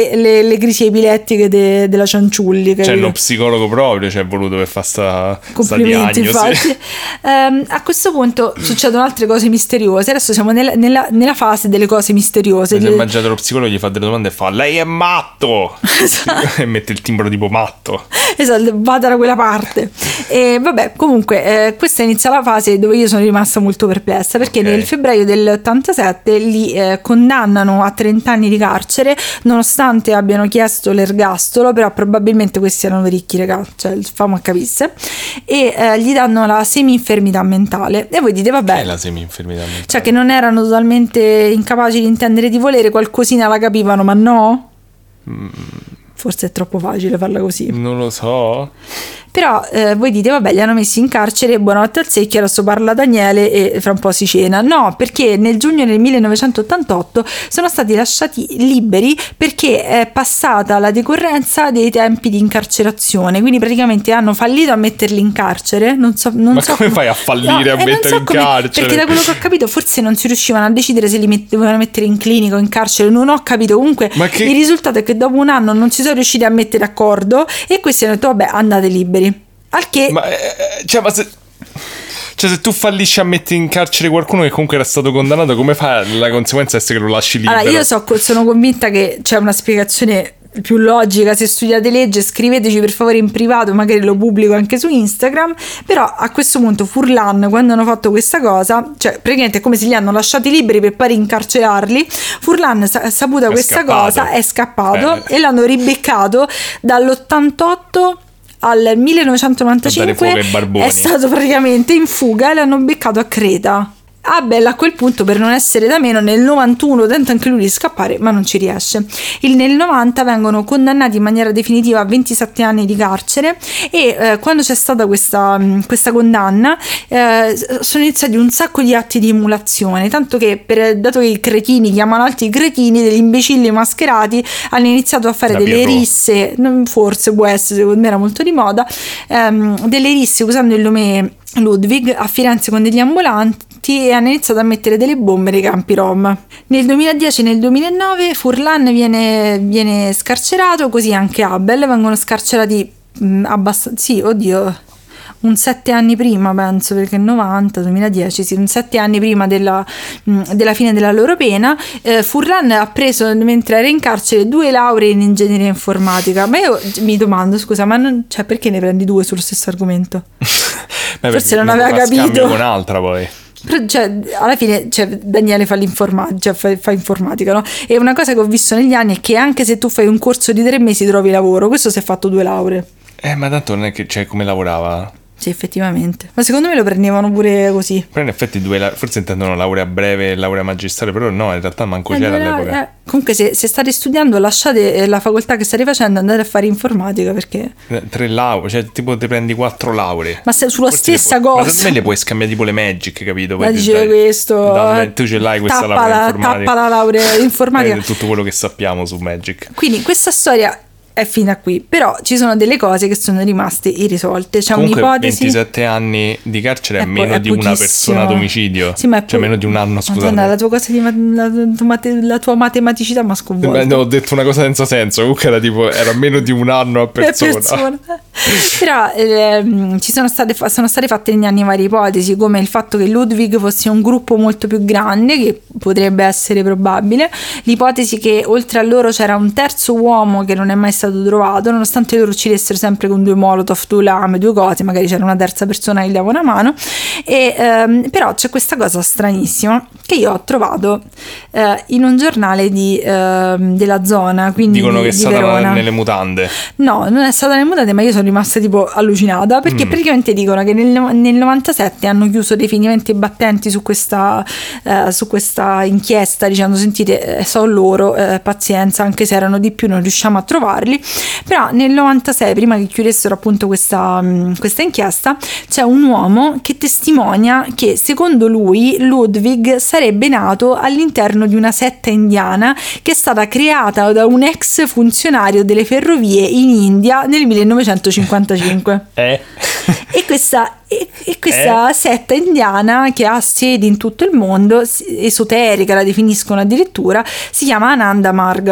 le, le, le crisi epilettiche de, della Cianciulli. C'è uno psicologo proprio, ci è voluto per fare sta, complimenti, sta diagnosi. infatti. um, a questo punto succedono altre cose misteriose. Adesso siamo nella, nella, nella fase delle cose misteriose. Mi è immaginato lo psicologo, gli fa delle domande e fa: lei è matto. Esatto. E mette il timbro tipo matto. Esatto, vada da quella parte. E vabbè, comunque eh, questa inizia la fase dove io sono rimasta molto perplessa, perché okay. nel febbraio dell'ottantasette li eh, condannano a trenta anni di carcere, nonostante abbiano chiesto l'ergastolo, però probabilmente questi erano ricchi, raga, cioè famo a capisse, e eh, gli danno la semi-infermità mentale. E voi dite, vabbè, che è la semi-infermità mentale? Cioè che non erano totalmente incapaci di intendere di volere, qualcosina la capivano, ma no? Mm. Forse è troppo facile farla così. Non lo so. Però eh, voi dite, vabbè, li hanno messi in carcere, buonanotte al secchio, adesso parla Daniele e fra un po' si cena. No, perché nel giugno del millenovecentottantotto sono stati lasciati liberi perché è passata la decorrenza dei tempi di incarcerazione, quindi praticamente hanno fallito a metterli in carcere. Non so, non Ma so come fai a fallire no, a metterli so in come, carcere? Perché da quello che ho capito forse non si riuscivano a decidere se li met- dovevano mettere in clinica o in carcere, non ho capito. Comunque che... il risultato è che dopo un anno non si sono riusciti a mettere d'accordo e questi hanno detto, vabbè, andate liberi. Al che ma, eh, cioè, ma se, cioè se tu fallisci a mettere in carcere qualcuno che comunque era stato condannato, come fa la conseguenza essere che lo lasci libero? Allora io so, sono convinta che c'è una spiegazione più logica. Se studiate legge scriveteci per favore in privato, magari lo pubblico anche su Instagram. Però a questo punto Furlan, quando hanno fatto questa cosa, cioè praticamente è come se li hanno lasciati liberi per poi rincarcerarli, Furlan sa- saputa è questa scappato. cosa è scappato eh. e l'hanno ribeccato dall'ottantotto al millenovecentonovantacinque. È stato praticamente in fuga e l'hanno beccato a Creta. Abel a quel punto, per non essere da meno, nel novantuno tenta anche lui di scappare, ma non ci riesce. Il, nel novanta vengono condannati in maniera definitiva a ventisette anni di carcere e eh, quando c'è stata questa, questa condanna eh, sono iniziati un sacco di atti di emulazione, tanto che per, dato che i cretini chiamano altri cretini, degli imbecilli mascherati hanno iniziato a fare da delle birro. risse, forse può essere, secondo me era molto di moda, ehm, delle risse usando il nome Ludwig a Firenze con degli ambulanti e hanno iniziato a mettere delle bombe nei campi rom. Nel duemiladieci e nel duemilanove Furlan viene, viene scarcerato, così anche Abel. Vengono scarcerati mh, abbastanza, sì, oddio, un sette anni prima, penso, perché novanta, duemiladieci, sì, un sette anni prima della, mh, della fine della loro pena. eh, Furlan ha preso, mentre era in carcere, due lauree in ingegneria informatica. Ma io mi domando, scusa, ma non, cioè, perché ne prendi due sullo stesso argomento? Beh, forse non aveva capito. Con un'altra poi. Però, cioè, alla fine, cioè, Daniele fa l'informatica, cioè, fa, fa informatica, no? E una cosa che ho visto negli anni è che anche se tu fai un corso di tre mesi trovi lavoro. Questo si è fatto due lauree. Eh, ma tanto non è che, cioè, come lavorava? Sì, effettivamente. Ma secondo me lo prendevano pure così. Però in effetti due la- forse intendono laurea breve e laurea magistrale, però no, in realtà manco eh, c'era all'epoca. Eh. Comunque se, se state studiando lasciate la facoltà che state facendo, andate a fare informatica, perché tre lauree, cioè tipo ti prendi quattro lauree. Ma se, sulla forse stessa puoi, cosa. Ma secondo me le puoi scambiare tipo le Magic, capito? Ma dice questo da, tu ce l'hai questa tappa laurea la, informatica. Tappa la laurea informatica. È tutto quello che sappiamo su Magic. Quindi questa storia è fina qui, però ci sono delle cose che sono rimaste irrisolte. C'è comunque un'ipotesi. ventisette anni di carcere è, è meno è di una persona ad omicidio. Sì, ma è cioè po- meno di un anno, scusate. Madonna, la tua cosa di la, la, la tua matematicità mi ha sconvolto. No, ho detto una cosa senza senso. Comunque era tipo era meno di un anno a persona. persona. Però ehm, ci sono state sono state fatte negli anni varie ipotesi, come il fatto che Ludwig fosse un gruppo molto più grande, che potrebbe essere probabile, l'ipotesi che oltre a loro c'era un terzo uomo che non è mai stato trovato, nonostante loro uccidessero sempre con due molotov, due lame, due cose, magari c'era una terza persona che gli dava una mano. E ehm, però c'è questa cosa stranissima che io ho trovato eh, in un giornale di, eh, della zona, quindi dicono di, che è di stata Verona. Nelle mutande. No, non è stata nelle mutande, ma io sono rimasta tipo allucinata, perché mm. praticamente dicono che nel, nel novantasette hanno chiuso definitivamente i battenti su questa eh, su questa inchiesta, dicendo sentite, eh, sono loro, eh, pazienza, anche se erano di più non riusciamo a trovarli. Però nel novantasei, prima che chiudessero appunto questa, mh, questa inchiesta, c'è un uomo che testimonia che secondo lui Ludwig sarebbe nato all'interno di una setta indiana che è stata creata da un ex funzionario delle ferrovie in India nel millenovecentocinquantacinque. Eh? E questa, e, e questa eh? setta indiana, che ha sedi in tutto il mondo, esoterica la definiscono addirittura, si chiama Ananda Marga.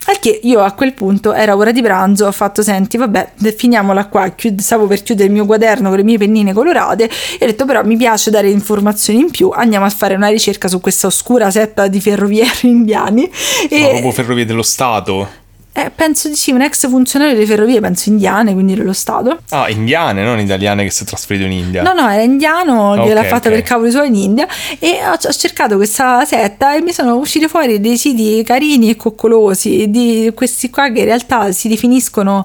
Al che io a quel punto era ora di pranzo, ho fatto senti vabbè finiamola qua, chiud- stavo per chiudere il mio quaderno con le mie pennine colorate e ho detto però mi piace dare informazioni in più, andiamo a fare una ricerca su questa oscura setta di ferrovieri indiani. Ma e proprio ferrovie dello Stato? Eh, penso di sì, un ex funzionario delle ferrovie, penso indiane, quindi dello Stato. Ah, indiane, non italiane, che si è trasferito in India. No, no, era indiano, che okay, l'ha fatta okay. per cavoli suoi in India. E ho, ho cercato questa setta e mi sono usciti fuori dei siti carini e coccolosi, di questi qua che in realtà si definiscono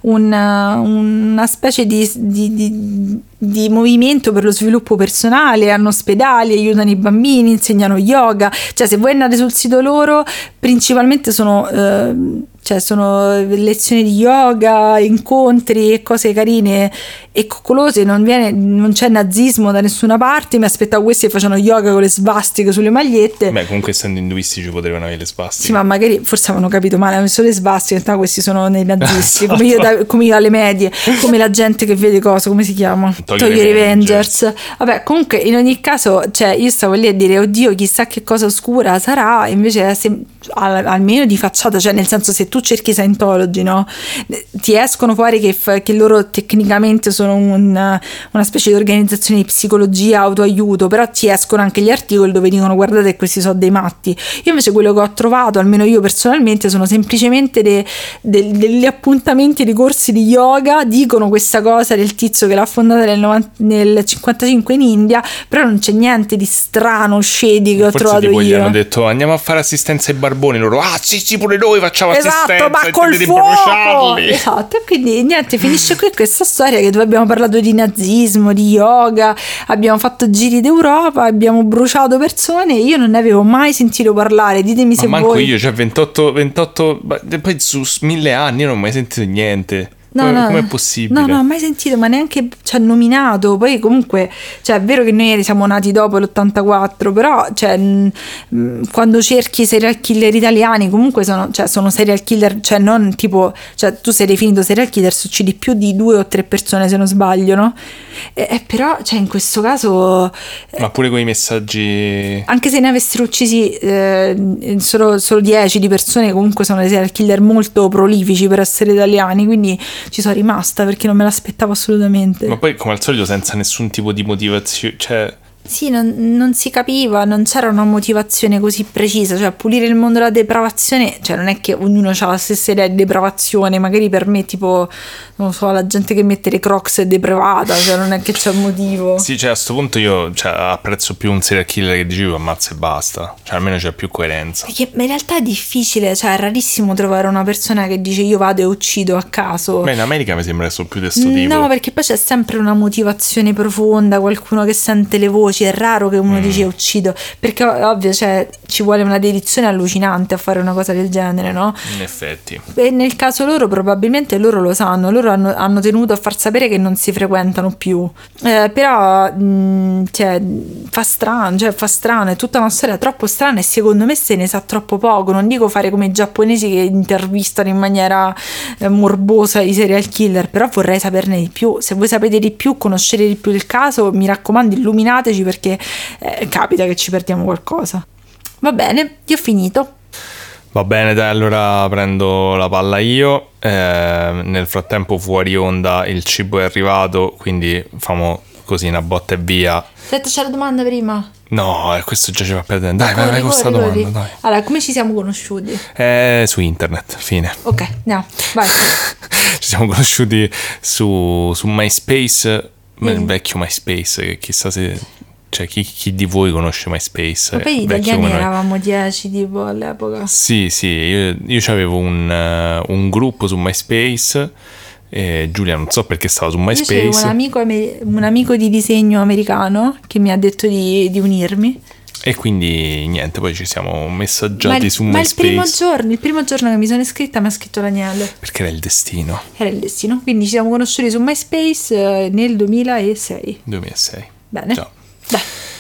una, una specie di, di, di, di movimento per lo sviluppo personale, hanno ospedali, aiutano i bambini, insegnano yoga. Cioè, se voi andate sul sito loro, principalmente sono... Eh, cioè sono lezioni di yoga, incontri e cose carine e coccolose, non, viene, non c'è nazismo da nessuna parte. Mi aspettavo questi che facevano yoga con le svastiche sulle magliette. Beh, comunque essendo induisti ci potevano avere le svastiche. Sì, ma magari forse avevano capito male, hanno messo le svastiche, no, questi sono nei nazisti, esatto. come, io da, come io alle medie, come la gente che vede cosa, come si chiama? Togli Togli Revengers. Vabbè, comunque in ogni caso, cioè io stavo lì a dire oddio chissà che cosa oscura sarà, invece se, al, almeno di facciata, cioè nel senso se tu cerchi Scientology, no? Ti escono fuori che, che loro tecnicamente sono un, una specie di organizzazione di psicologia, autoaiuto, però ti escono anche gli articoli dove dicono guardate questi sono dei matti. Io invece quello che ho trovato, almeno io personalmente, sono semplicemente de, de, degli appuntamenti di corsi di yoga, dicono questa cosa del tizio che l'ha fondata nel, novanta, nel cinquantacinque in India, però non c'è niente di strano, shady che ho Forse trovato tipo io. Gli hanno detto andiamo a fare assistenza ai barboni, loro ah sì sì pure noi facciamo esatto, assistenza, ma col fuoco, esatto. E quindi niente, finisce qui questa storia che dove abbiamo parlato di nazismo, di yoga, abbiamo fatto giri d'Europa, abbiamo bruciato persone. Io non ne avevo mai sentito parlare, ditemi ma se manco voi io, cioè ventotto ventotto poi su mille anni io non ho mai sentito niente. No, come, no, com'è possibile? No, no, mai sentito, ma neanche ci ha nominato. Poi comunque, cioè è vero che noi siamo nati dopo l'ottantaquattro, però cioè, mh, quando cerchi serial killer italiani comunque sono, cioè, sono serial killer, cioè non tipo, cioè tu sei definito serial killer se uccidi più di due o tre persone se non sbaglio, no? E, e però, cioè in questo caso... Ma pure con i messaggi... Anche se ne avessero uccisi eh, solo, solo dieci di persone, comunque sono dei serial killer molto prolifici per essere italiani, quindi... ci sono rimasta perché non me l'aspettavo assolutamente. Ma poi come al solito senza nessun tipo di motivazione, cioè... Sì, non, non si capiva, non c'era una motivazione così precisa, cioè pulire il mondo della depravazione, cioè non è che ognuno ha la stessa idea di depravazione, magari per me tipo, non so, la gente che mette le Crocs è depravata, cioè non è che c'è un motivo. Sì, cioè a sto punto io cioè, apprezzo più un serial killer che dicevo ammazza e basta, cioè almeno c'è più coerenza. Perché in realtà è difficile, cioè è rarissimo trovare una persona che dice io vado e uccido a caso. Beh, in America mi sembra che sono più di sto tipo. No, perché poi c'è sempre una motivazione profonda, qualcuno che sente le voci. È raro che uno mm. dice uccido, perché ovvio cioè, ci vuole una dedizione allucinante a fare una cosa del genere, no? In effetti. E nel caso loro probabilmente loro lo sanno, loro hanno, hanno tenuto a far sapere che non si frequentano più, eh, però mh, cioè, fa strano, cioè fa strano, è tutta una storia troppo strana e secondo me se ne sa troppo poco. Non dico fare come i giapponesi che intervistano in maniera eh, morbosa i serial killer, però vorrei saperne di più. Se voi sapete di più, conoscete di più il caso, mi raccomando illuminateci, perché eh, capita che ci perdiamo qualcosa. Va bene, io ho finito. Va bene, dai, allora prendo la palla io. Eh, nel frattempo fuori onda il cibo è arrivato, quindi famo così una botta e via. Aspetta, c'è la domanda prima. No, questo già ci va perdendo. Dai, corri, vai, vai con questa corri, domanda, dai. Allora, come ci siamo conosciuti? Eh, su internet, fine. Ok, andiamo, vai. Ci siamo conosciuti su, su MySpace, Mm. il vecchio MySpace, che chissà se... Cioè, chi, chi di voi conosce MySpace? Ma poi gli italiani eravamo dieci tipo all'epoca. Sì, sì, io, io avevo un, uh, un gruppo su MySpace. E Giulia non so perché stava su MySpace. Io c'avevo un amico, un amico di disegno americano che mi ha detto di, di unirmi. E quindi niente, poi ci siamo messaggiati ma il, su ma MySpace. Ma il primo giorno, il primo giorno che mi sono iscritta mi ha scritto Daniele. Perché era il destino. Era il destino, quindi ci siamo conosciuti su MySpace eh, nel duemilasei. duemilasei. Bene. Già. Dai.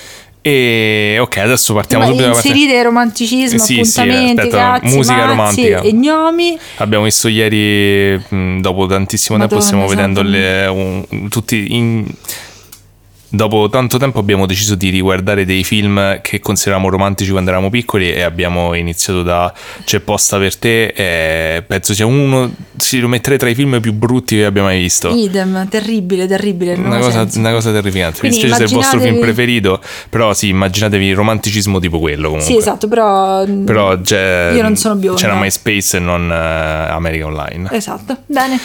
E ok, adesso partiamo ma subito. Inserite romanticismo, eh sì, appuntamenti, sì, aspetta, cazzi, musica mazzi romantica e gnomi. Abbiamo visto ieri, mh, dopo tantissimo Madonna, tempo stiamo vedendo esatto. le, un, tutti in dopo tanto tempo abbiamo deciso di riguardare dei film che consideravamo romantici quando eravamo piccoli e abbiamo iniziato da C'è posta per te, e penso sia uno, si lo metterei tra i film più brutti che abbia mai visto. Idem, terribile, terribile. Una cosa, una cosa terrificante. Mi dispiace se è il vostro film preferito, però sì, immaginatevi romanticismo tipo quello comunque. Sì, esatto, però, però c'è, io non sono bionda. C'era MySpace e non uh, America Online. Esatto, bene.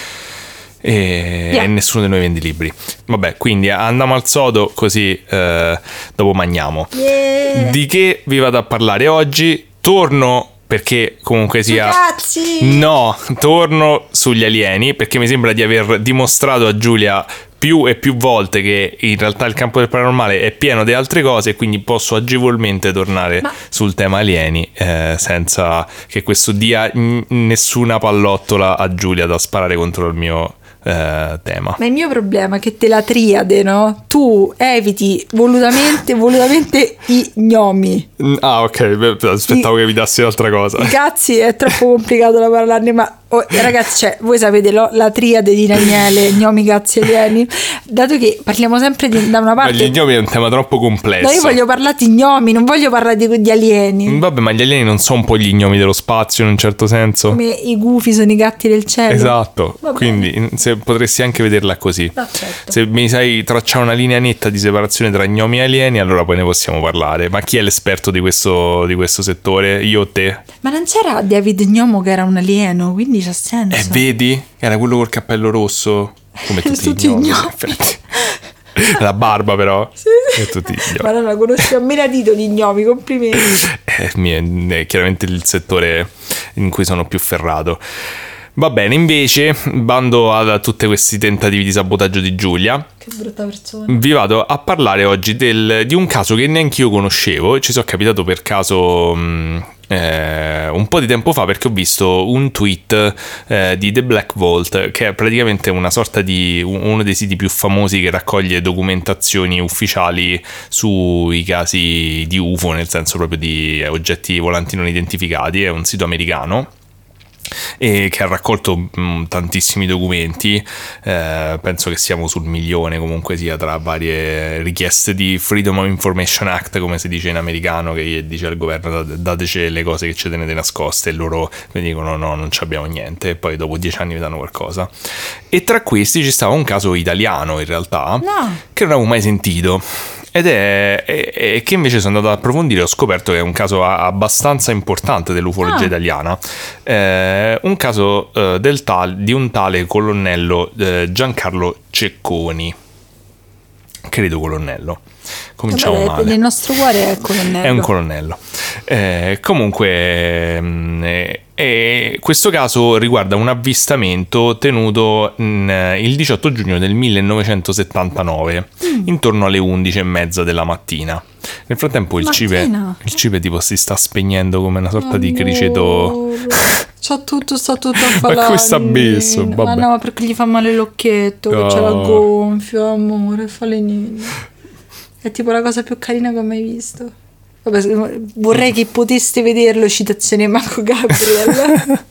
E, yeah. e nessuno di noi vende libri. Vabbè, quindi andiamo al sodo, così eh, dopo mangiamo. Yeah. Di che vi vado a parlare oggi? Torno perché comunque sia Cazzi. No, torno sugli alieni perché mi sembra di aver dimostrato a Giulia più e più volte che in realtà il campo del paranormale è pieno di altre cose e quindi posso agevolmente tornare Ma... sul tema alieni eh, senza che questo dia n- nessuna pallottola a Giulia da sparare contro il mio eh, tema. Ma il mio problema è che te la triade, no? Tu eviti volutamente volutamente i gnomi. Ah, ok, aspettavo I... che vi dassi un'altra cosa. I cazzi è troppo complicato da parlarne, ma oh, ragazzi, cioè, voi sapete lo, la triade di Daniele, gnomi, cazzi, alieni. Dato che parliamo sempre di, da una parte. Ma gli gnomi è un tema troppo complesso. No, io voglio parlare di gnomi, non voglio parlare di, di alieni. Vabbè, ma gli alieni non sono un po' gli gnomi dello spazio in un certo senso. Come i gufi sono i gatti del cielo. Esatto. Vabbè. Quindi se potresti anche vederla così. No, certo. Se mi sai tracciare una linea netta di separazione tra gnomi e alieni, allora poi ne possiamo parlare. Ma chi è l'esperto di questo, di questo settore? Io o te? Ma non c'era David Gnomo che era un alieno, quindi c'ha senso. Eh, vedi? Era quello col cappello rosso. Come tutti, tutti i gnomi, in effetti. La barba però. Sì, sì. E tutti gli gnomi. Ma non la conosco a menadito di gnomi, complimenti. È, è chiaramente il settore in cui sono più ferrato. Va bene, invece, bando a tutti questi tentativi di sabotaggio di Giulia. Che brutta persona. Vi vado a parlare oggi del, di un caso che neanche io conoscevo e ci sono capitato per caso mh, eh, un po' di tempo fa perché ho visto un tweet eh, di The Black Vault, che è praticamente una sorta di uno dei siti più famosi che raccoglie documentazioni ufficiali sui casi di U F O, nel senso proprio di oggetti volanti non identificati. È un sito americano e che ha raccolto mh, tantissimi documenti, eh, penso che siamo sul milione comunque sia, tra varie richieste di Freedom of Information Act, come si dice in americano, che dice al governo dateci le cose che ci tenete nascoste, e loro mi dicono no, non ci abbiamo niente, e poi dopo dieci anni vi danno qualcosa. E tra questi ci stava un caso italiano in realtà, no. che non avevo mai sentito. Ed è, è, è che invece sono andato ad approfondire e ho scoperto che è un caso abbastanza importante dell'ufologia ah. italiana, eh, un caso eh, del tal, di un tale colonnello eh, Giancarlo Cecconi, credo colonnello, cominciamo Vabbè, male. Nel nostro cuore è colonnello. È un colonnello. Eh, comunque mh, eh, eh, questo caso riguarda un avvistamento tenuto in, il diciotto giugno del millenovecentosettantanove, mm. intorno alle undici e mezza della mattina. Nel frattempo il cibe, il cibe tipo si sta spegnendo come una sorta oh di criceto. C'ha tutto, sta tutto a falare. Ma questo abisso, vabbè. Ma no, perché gli fa male l'occhietto, oh. che c'è la gonfio, amore, fa le nini. È tipo la cosa più carina che ho mai visto. Vabbè, vorrei che poteste vederlo, citazione Marco Gabriel.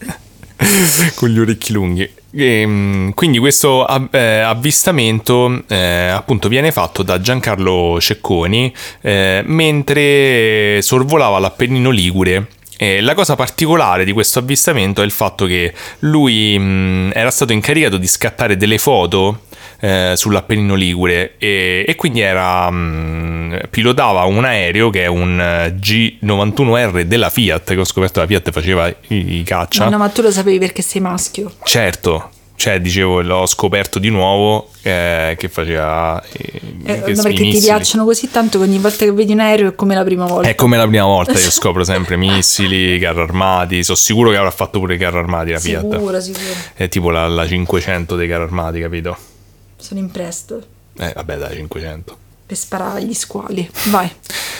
Con gli orecchi lunghi. E, quindi questo eh, avvistamento eh, appunto viene fatto da Giancarlo Cecconi eh, mentre sorvolava l'Appennino Ligure. E la cosa particolare di questo avvistamento è il fatto che lui mh, era stato incaricato di scattare delle foto eh, sull'Appennino Ligure e, e quindi era mh, pilotava un aereo che è un G novantuno R della Fiat, che ho scoperto la Fiat faceva i, i caccia. Ma no, ma tu lo sapevi perché sei maschio. Certo. Cioè, dicevo, l'ho scoperto di nuovo eh, che faceva eh, eh, che no, perché missili. Ti piacciono così tanto che ogni volta che vedi un aereo è come la prima volta. È come la prima volta, io scopro sempre missili, carri armati. Sono sicuro che avrà fatto pure i carri armati la Fiat. Sicuro, sicuro. È tipo la, la cinquecento dei carri armati, capito? Sono impresto. Eh, vabbè, dai, cinquecento. Per sparare agli squali. Vai.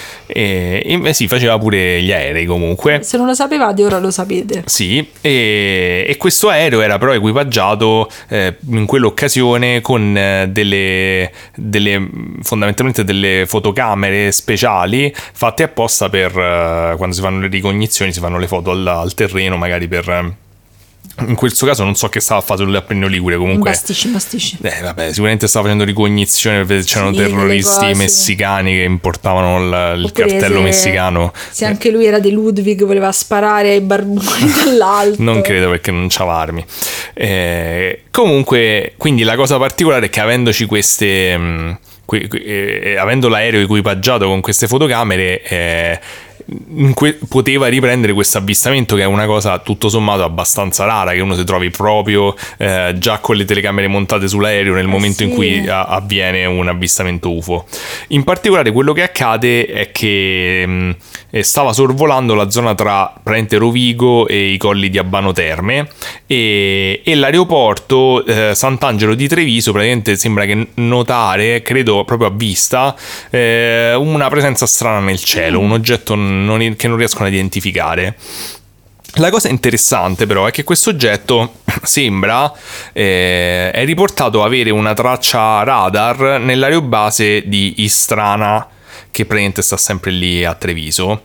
E, e sì, faceva pure gli aerei comunque. Se non lo sapevate ora lo sapete. Sì, e, e questo aereo era però equipaggiato eh, in quell'occasione con eh, delle, delle fondamentalmente delle fotocamere speciali fatte apposta per eh, quando si fanno le ricognizioni, si fanno le foto al, al terreno magari per in questo caso non so che stava a fare sull'Appennino Ligure, comunque Basticci, basticci. Eh, vabbè, sicuramente stava facendo ricognizione perché c'erano Sì, terroristi messicani che importavano il, il cartello se, messicano. Se anche lui era di Ludwig, voleva sparare ai barboni dall'alto. Non credo, perché non c'ava armi. Eh, comunque, quindi la cosa particolare è che avendoci queste mh, que, eh, avendo l'aereo equipaggiato con queste fotocamere, eh, Que- poteva riprendere questo avvistamento, che è una cosa tutto sommato abbastanza rara, che uno si trovi proprio eh, già con le telecamere montate sull'aereo nel eh momento sì. in cui a- avviene un avvistamento U F O. In particolare quello che accade è che mh, stava sorvolando la zona tra praticamente Rovigo e i colli di Abano Terme, e, e l'aeroporto eh, Sant'Angelo di Treviso praticamente sembra che notare, credo proprio a vista, eh, una presenza strana nel cielo, mm. un oggetto non, che non riescono a identificare. La cosa interessante però è che questo oggetto sembra eh, è riportato avere una traccia radar nell'aerobase di Istrana, che praticamente sta sempre lì a Treviso,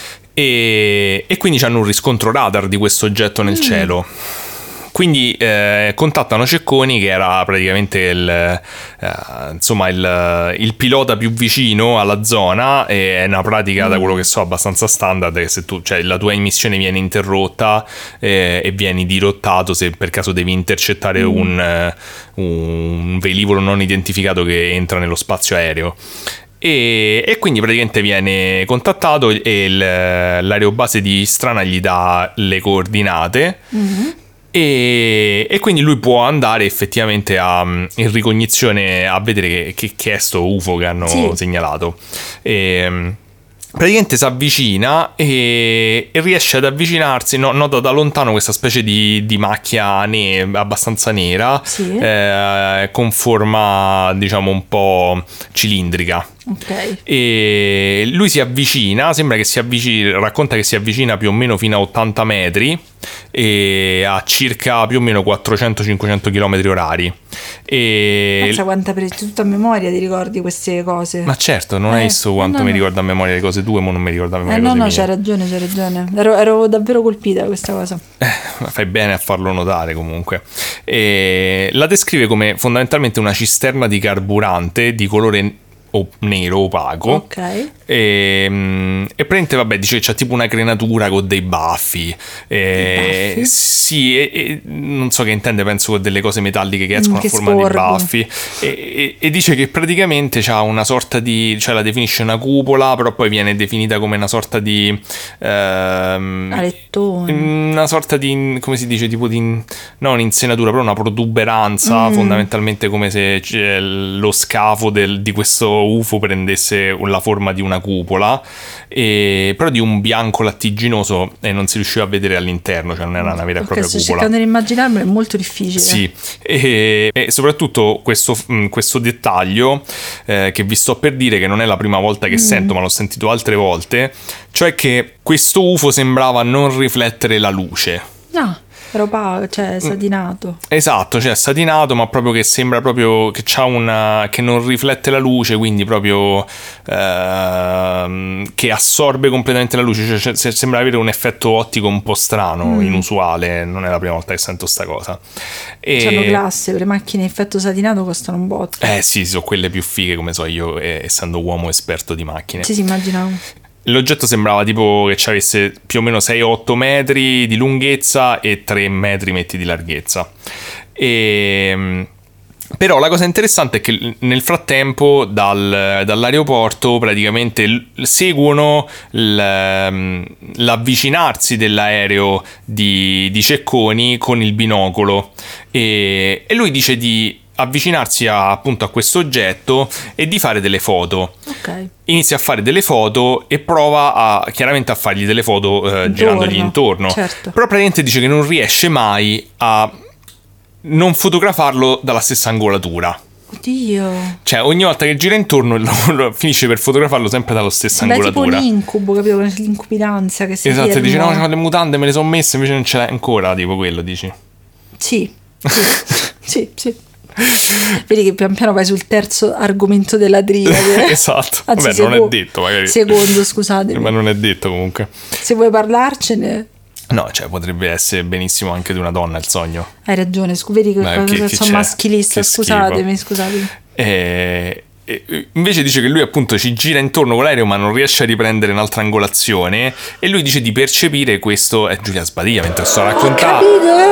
e, e quindi hanno un riscontro radar di questo oggetto nel mm. cielo. Quindi eh, contattano Cecconi, che era praticamente il, eh, insomma il, il pilota più vicino alla zona, e è una pratica, mm. da quello che so, abbastanza standard, che se tu, cioè, la tua emissione viene interrotta eh, e vieni dirottato se per caso devi intercettare mm. un, un velivolo non identificato che entra nello spazio aereo. E, e quindi praticamente viene contattato e il, l'aerobase di Istrana gli dà le coordinate. Mm-hmm. E, e quindi lui può andare effettivamente a, in ricognizione a vedere che, che, che è sto U F O che hanno sì. segnalato. E, praticamente si avvicina e, e riesce ad avvicinarsi, no, nota da lontano questa specie di, di macchia ne, abbastanza nera, sì. eh, con forma diciamo un po' cilindrica. Okay. E lui si avvicina, sembra che si avvicini, racconta che si avvicina più o meno fino a ottanta metri e a circa più o meno quattrocento cinquecento chilometri orari. E pensa quanta presi tutta a memoria, ti ricordi queste cose? Ma certo, non eh, hai visto quanto no, mi no. ricordo a memoria le cose tue, ma non mi ricordo a memoria eh, le cose no, no, mie. c'hai ragione, c'hai ragione. Ero, ero davvero colpita da questa cosa. Eh, fai bene a farlo notare comunque. E la descrive come fondamentalmente una cisterna di carburante di colore o nero opaco. Ok. E, e praticamente vabbè dice che c'ha tipo una crenatura con dei baffi, e, baffi? Sì, e, e non so che intende, penso con delle cose metalliche che escono mm, che a forma sporgo. di baffi, e, e, e dice che praticamente c'ha una sorta di, cioè la definisce una cupola, però poi viene definita come una sorta di ehm, alettone, una sorta di, come si dice, tipo di, no, un'insenatura, però una protuberanza, mm. fondamentalmente come se cioè, lo scafo del, di questo U F O prendesse la forma di una cupola, e, però di un bianco lattiginoso, e non si riusciva a vedere all'interno, cioè non era una vera e propria sto cupola. Cercando di immaginarmelo, è molto difficile. Sì, e, e soprattutto questo, questo dettaglio eh, che vi sto per dire, che non è la prima volta che mm. sento, ma l'ho sentito altre volte, cioè che questo U F O sembrava non riflettere la luce. No. Roba, cioè satinato. Esatto, cioè satinato, ma proprio che sembra proprio che c'ha una, che non riflette la luce, quindi proprio eh, che assorbe completamente la luce, cioè, cioè sembra avere un effetto ottico un po' strano, mm. inusuale. Non è la prima volta che sento sta cosa. E... c'hanno classe, le macchine effetto satinato costano un botto. Eh sì, sono quelle più fighe, come so io, essendo uomo esperto di macchine. Sì, sì, immaginavo. L'oggetto sembrava tipo che ci avesse più o meno sei otto metri di lunghezza e tre metri metti di larghezza. E, però la cosa interessante è che nel frattempo dal, dall'aeroporto praticamente seguono l'avvicinarsi dell'aereo di, di Cecconi con il binocolo, e, e lui dice di avvicinarsi a, appunto a questo oggetto e di fare delle foto. Okay. Inizia a fare delle foto e prova a, chiaramente a fargli delle foto eh, girandogli intorno, certo. Però praticamente dice che non riesce mai a non fotografarlo dalla stessa angolatura. Oddio. Cioè ogni volta che gira intorno lo, lo, finisce per fotografarlo sempre dalla stessa Beh, angolatura. È tipo un incubo, capito? L'incubitanza che si esatto, ferma. dice no, ho le mutande, me le sono messe, invece non ce l'hai ancora, tipo quello dici. Sì, sì, sì, sì. Vedi che pian piano vai sul terzo argomento della triade. Esatto. Anzi, vabbè, seco- non è detto magari. Secondo, scusatemi. Ma non è detto comunque. Se vuoi parlarcene. No, cioè potrebbe essere benissimo anche di una donna il sogno. Hai ragione, scu- vedi che, Beh, che, che sono maschilista, che scusatemi, scusatemi. E, e, invece dice che lui appunto ci gira intorno con l'aereo ma non riesce a riprendere un'altra angolazione, e lui dice di percepire questo, è Giulia Sbadiglia mentre sto a raccontare.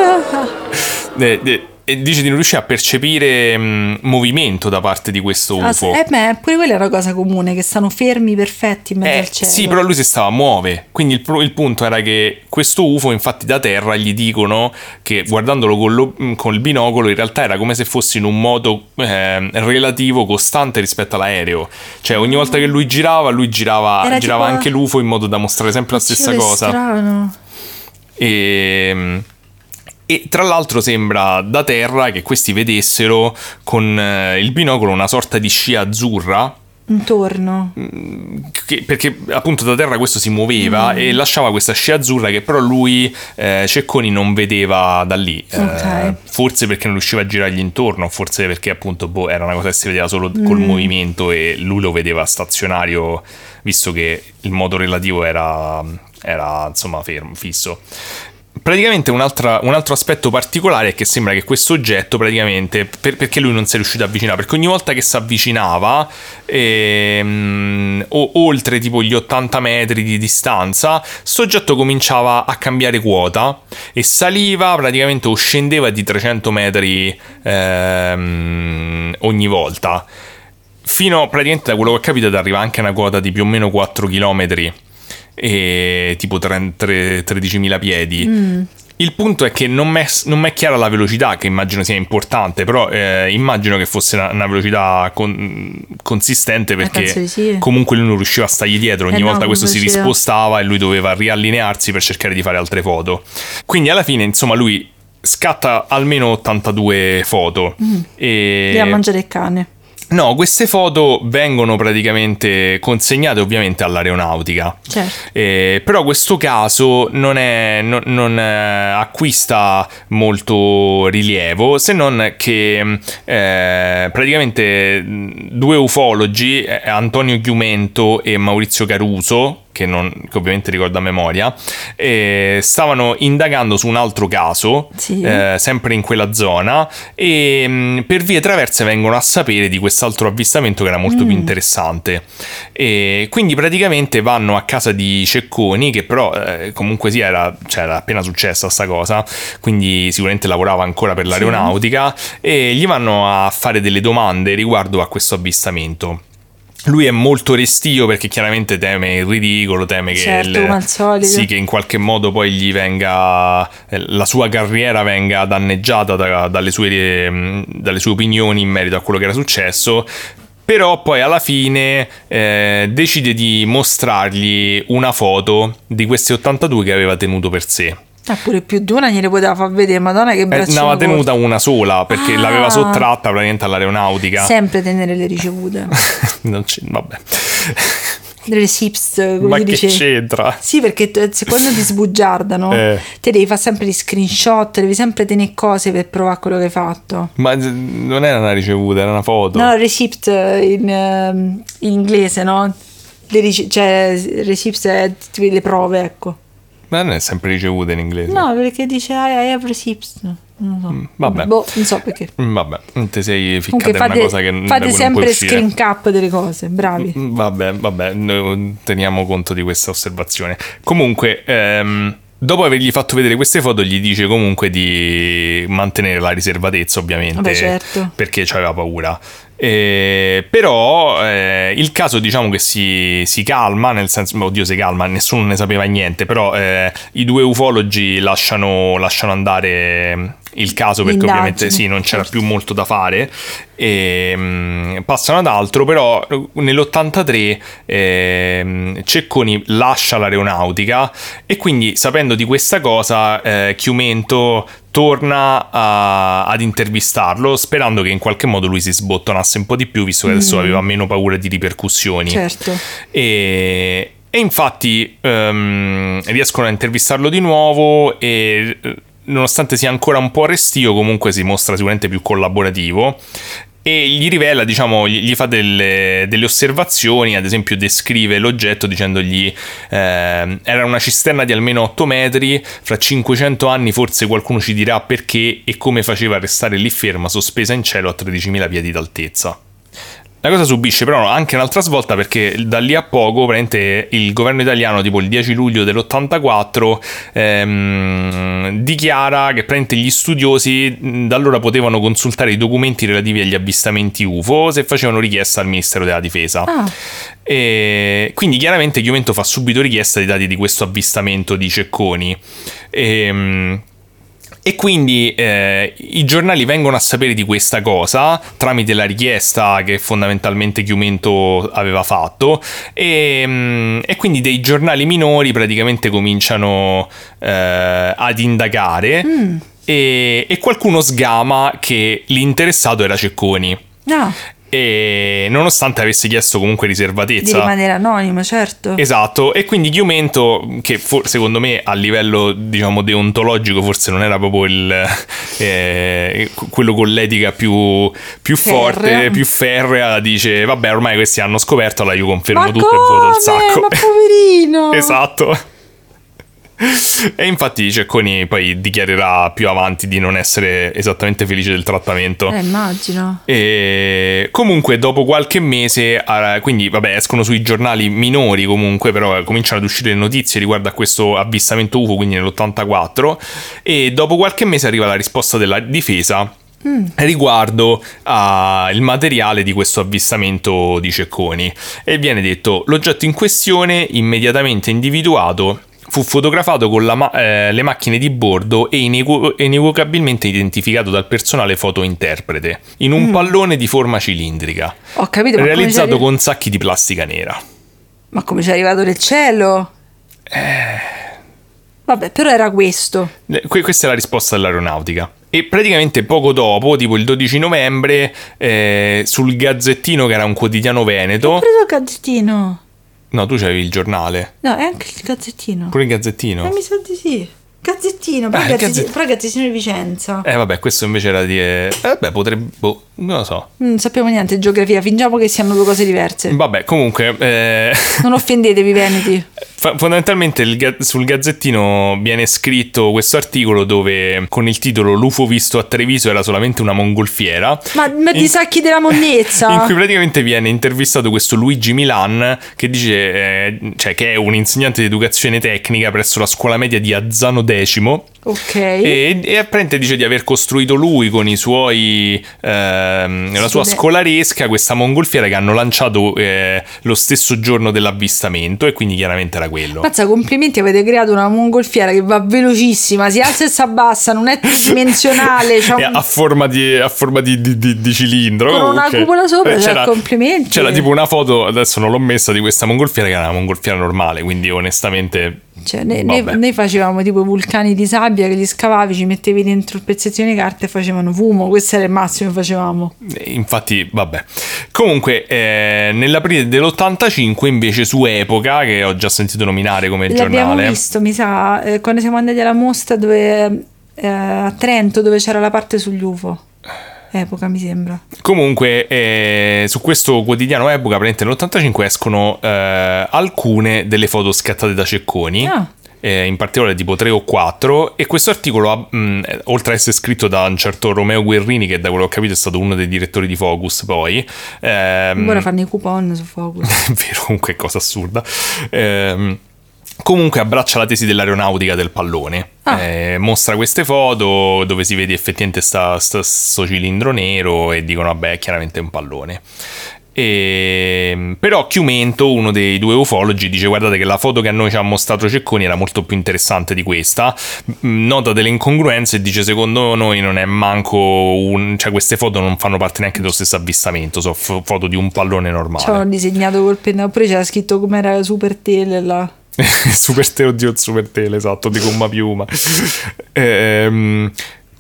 Eh, eh, e dice di non riuscire a percepire mh, movimento da parte di questo U F O. Ah, eh beh, pure quella è una cosa comune, che stanno fermi perfetti in mezzo eh, al cielo. Sì, però lui si stava a muovere, quindi il, il punto era che questo U F O infatti da terra gli dicono che guardandolo con, lo, con il binocolo in realtà era come se fosse in un modo eh, relativo costante rispetto all'aereo, cioè ogni volta che lui girava lui girava, girava tipo... anche l'U F O in modo da mostrare sempre la stessa cosa. Strano. E... E tra l'altro sembra da terra che questi vedessero con eh, il binocolo una sorta di scia azzurra intorno, che, perché appunto da terra questo si muoveva mm. e lasciava questa scia azzurra che però lui eh, Cecconi non vedeva da lì, okay. eh, forse perché non riusciva a girargli intorno, forse perché appunto boh, era una cosa che si vedeva solo col mm. movimento e lui lo vedeva stazionario, visto che il modo relativo era, era insomma fermo, fisso. Praticamente un'altra, un altro aspetto particolare è che sembra che questo oggetto praticamente, per, perché lui non si è riuscito a avvicinare, perché ogni volta che si avvicinava ehm, o, oltre tipo gli ottanta metri di distanza, questo oggetto cominciava a cambiare quota e saliva praticamente o scendeva di trecento metri ehm, ogni volta, fino praticamente, da quello che ho capito, ad arrivare anche a una quota di più o meno quattro chilometri e tipo tredicimila piedi. Mm. Il punto è che non mi è chiara la velocità, che immagino sia importante, però eh, immagino che fosse una, una velocità con, consistente, perché sì. comunque lui non riusciva a stargli dietro, ogni eh volta no, questo si rispostava e lui doveva riallinearsi per cercare di fare altre foto. Quindi alla fine insomma lui scatta almeno ottantadue foto mm. e... Andiamo a mangiare il cane. No, queste foto vengono praticamente consegnate ovviamente all'aeronautica, certo. eh, però questo caso non, è, non, non è, acquista molto rilievo, se non che eh, praticamente due ufologi, eh, Antonio Chiumento e Maurizio Caruso, che, non, che ovviamente ricordo a memoria, eh, stavano indagando su un altro caso, sì. eh, sempre in quella zona, e mh, per vie traverse vengono a sapere di quest'altro avvistamento che era molto mm. più interessante, e quindi praticamente vanno a casa di Cecconi, che però eh, comunque sì, era, cioè, era appena successa sta cosa, quindi sicuramente lavorava ancora per l'aeronautica, sì. e gli vanno a fare delle domande riguardo a questo avvistamento. Lui è molto restio perché chiaramente teme il ridicolo, teme certo, che, il, come al solito. Sì, che in qualche modo poi gli venga, la sua carriera venga danneggiata da, dalle, sue, dalle sue opinioni in merito a quello che era successo. Però poi alla fine eh, decide di mostrargli una foto di queste ottantadue che aveva tenuto per sé. Ah, pure più di una gliele poteva far vedere, madonna che braccio. Eh, ne aveva tenuta una sola perché ah. l'aveva sottratta praticamente all'aeronautica. Sempre tenere le ricevute. Non c'è, vabbè. Delle sips, come ma si che dice? c'entra? Sì, perché se quando ti sbugiardano eh. te devi fare sempre gli screenshot, devi sempre tenere cose per provare quello che hai fatto. Ma non era una ricevuta, era una foto. No, receipt in, in inglese, no? Le rice- cioè receipt è le prove, ecco. Ma non è sempre ricevuta in inglese. No, perché dice I have receipts. Non so. Mm, vabbè. Boh, non so perché. Vabbè, non ti sei ficcata in una fate, cosa che fate non sempre screen cap delle cose, bravi. Mm, vabbè, vabbè, noi teniamo conto di questa osservazione. Comunque, ehm, dopo avergli fatto vedere queste foto, gli dice comunque di mantenere la riservatezza, ovviamente. Vabbè, certo. Perché aveva paura. Eh, però eh, il caso diciamo che si, si calma, nel senso, oddio si calma, nessuno ne sapeva niente, però eh, i due ufologi lasciano, lasciano andare il caso perché L'indagine, ovviamente sì, non c'era certo. più molto da fare, e mh, passano ad altro. Però nell'ottantatré eh, Cecconi lascia l'aeronautica e quindi, sapendo di questa cosa, eh, Chiumento torna a, ad intervistarlo, sperando che in qualche modo lui si sbottonasse un po' di più, visto che adesso mm. aveva meno paura di ripercussioni. Certo. E, e infatti um, riescono a intervistarlo di nuovo e, nonostante sia ancora un po' restio, comunque si mostra sicuramente più collaborativo. e gli rivela, diciamo, gli fa delle, delle osservazioni, ad esempio descrive l'oggetto dicendogli eh, era una cisterna di almeno otto metri, fra cinquecento anni forse qualcuno ci dirà perché e come faceva a restare lì ferma, sospesa in cielo a tredicimila piedi d'altezza. La cosa subisce però anche un'altra svolta, perché da lì a poco praticamente il governo italiano, tipo il dieci luglio dell'ottantaquattro, ehm, dichiara che praticamente gli studiosi da allora potevano consultare i documenti relativi agli avvistamenti U F O se facevano richiesta al Ministero della Difesa. Ah. E quindi chiaramente Chiumento fa subito richiesta dei dati di questo avvistamento di Cecconi. E, E quindi eh, i giornali vengono a sapere di questa cosa tramite la richiesta che fondamentalmente Chiumento aveva fatto, e, e quindi dei giornali minori praticamente cominciano eh, ad indagare mm. e, e qualcuno sgama che l'interessato era Cecconi. No. E nonostante avesse chiesto comunque riservatezza di rimanere anonimo, certo. Esatto. E quindi Chiumento, che for- secondo me a livello diciamo deontologico forse non era proprio il eh, quello con l'etica più, più forte, più ferrea, dice vabbè ormai questi hanno scoperto, allora io confermo ma tutto e voto il sacco. Ma poverino. Esatto. E infatti Cecconi poi dichiarerà più avanti di non essere esattamente felice del trattamento. Eh, immagino. E comunque dopo qualche mese, quindi vabbè, escono sui giornali minori comunque, però cominciano ad uscire le notizie riguardo a questo avvistamento U F O, quindi nell'ottantaquattro, e dopo qualche mese arriva la risposta della difesa Mm. riguardo al materiale di questo avvistamento di Cecconi, e viene detto: l'oggetto in questione, immediatamente individuato, fu fotografato con la ma- eh, le macchine di bordo e inequ- inequivocabilmente identificato dal personale fotointerprete in un mm. pallone di forma cilindrica. Ho capito, ma realizzato con sacchi di plastica nera. Ma come ci è arrivato nel cielo? Eh... Vabbè, però era questo. Que- questa è la risposta dell'aeronautica. E praticamente poco dopo, tipo il dodici novembre, eh, sul Gazzettino, che era un quotidiano veneto... Ho preso il Gazzettino. No, tu c'avevi il giornale. No, è anche il Gazzettino. Pure il Gazzettino? Eh, mi sa di sì. Gazzettino, però, ah, il Gazzettino, Gazzett... però il Gazzettino di Vicenza. Eh vabbè, questo invece era di... Eh, vabbè, potrebbe... Boh, non lo so. Non sappiamo niente di geografia, fingiamo che siano due cose diverse. Vabbè, comunque... Eh... Non offendetevi, veneti. Fondamentalmente il, sul Gazzettino viene scritto questo articolo dove con il titolo "L'U F O visto a Treviso era solamente una mongolfiera", ma, ma di in, sacchi della monnezza, in cui praticamente viene intervistato questo Luigi Milan che dice eh, cioè che è un insegnante di educazione tecnica presso la scuola media di Azzano Decimo. Ok. E, e apparentemente dice di aver costruito lui con i suoi ehm, la sua scolaresca questa mongolfiera che hanno lanciato eh, lo stesso giorno dell'avvistamento, e quindi chiaramente era quello. Mazza, complimenti, avete creato una mongolfiera che va velocissima, si alza e si abbassa, non è tridimensionale, c'ha un... a forma di a forma di, di, di, di cilindro con una okay. cupola sopra, c'era, cioè, complimenti. C'era tipo una foto, adesso non l'ho messa, di questa mongolfiera che era una mongolfiera normale, quindi onestamente cioè, ne, ne, noi facevamo tipo vulcani di sabbia che li scavavi, ci mettevi dentro il pezzettino di carta e facevano fumo. Questo era il massimo che facevamo. Infatti, vabbè. Comunque, eh, nell'aprile dell'ottantacinque, invece, su Epoca, che ho già sentito nominare come l'abbiamo giornale. L'abbiamo visto, mi sa, eh, quando siamo andati alla mostra dove, eh, a Trento, dove c'era la parte sugli U F O. Epoca, mi sembra. Comunque eh, su questo quotidiano Epoca praticamente nell'ottantacinque escono eh, alcune delle foto scattate da Cecconi. Ah. Eh, in particolare tipo tre o quattro, e questo articolo ha, mh, oltre a essere scritto da un certo Romeo Guerrini, che da quello che ho capito è stato uno dei direttori di Focus, poi ehm, ora fanno i coupon su Focus. È vero, comunque cosa assurda. ehm, Comunque abbraccia la tesi dell'aeronautica del pallone. Ah. Eh, mostra queste foto dove si vede effettivamente sta, sta, sto cilindro nero, e dicono vabbè, è chiaramente un pallone. E, però Chiumento, uno dei due ufologi, dice guardate che la foto che a noi ci ha mostrato Cecconi era molto più interessante di questa, nota delle incongruenze e dice secondo noi non è manco un, cioè queste foto non fanno parte neanche dello stesso avvistamento, sono f- foto di un pallone normale. Ci hanno disegnato col pennello, oppure c'era scritto com'era Super Tele là. Super Tele, oddio, Super Tele, esatto, di gomma piuma. ehm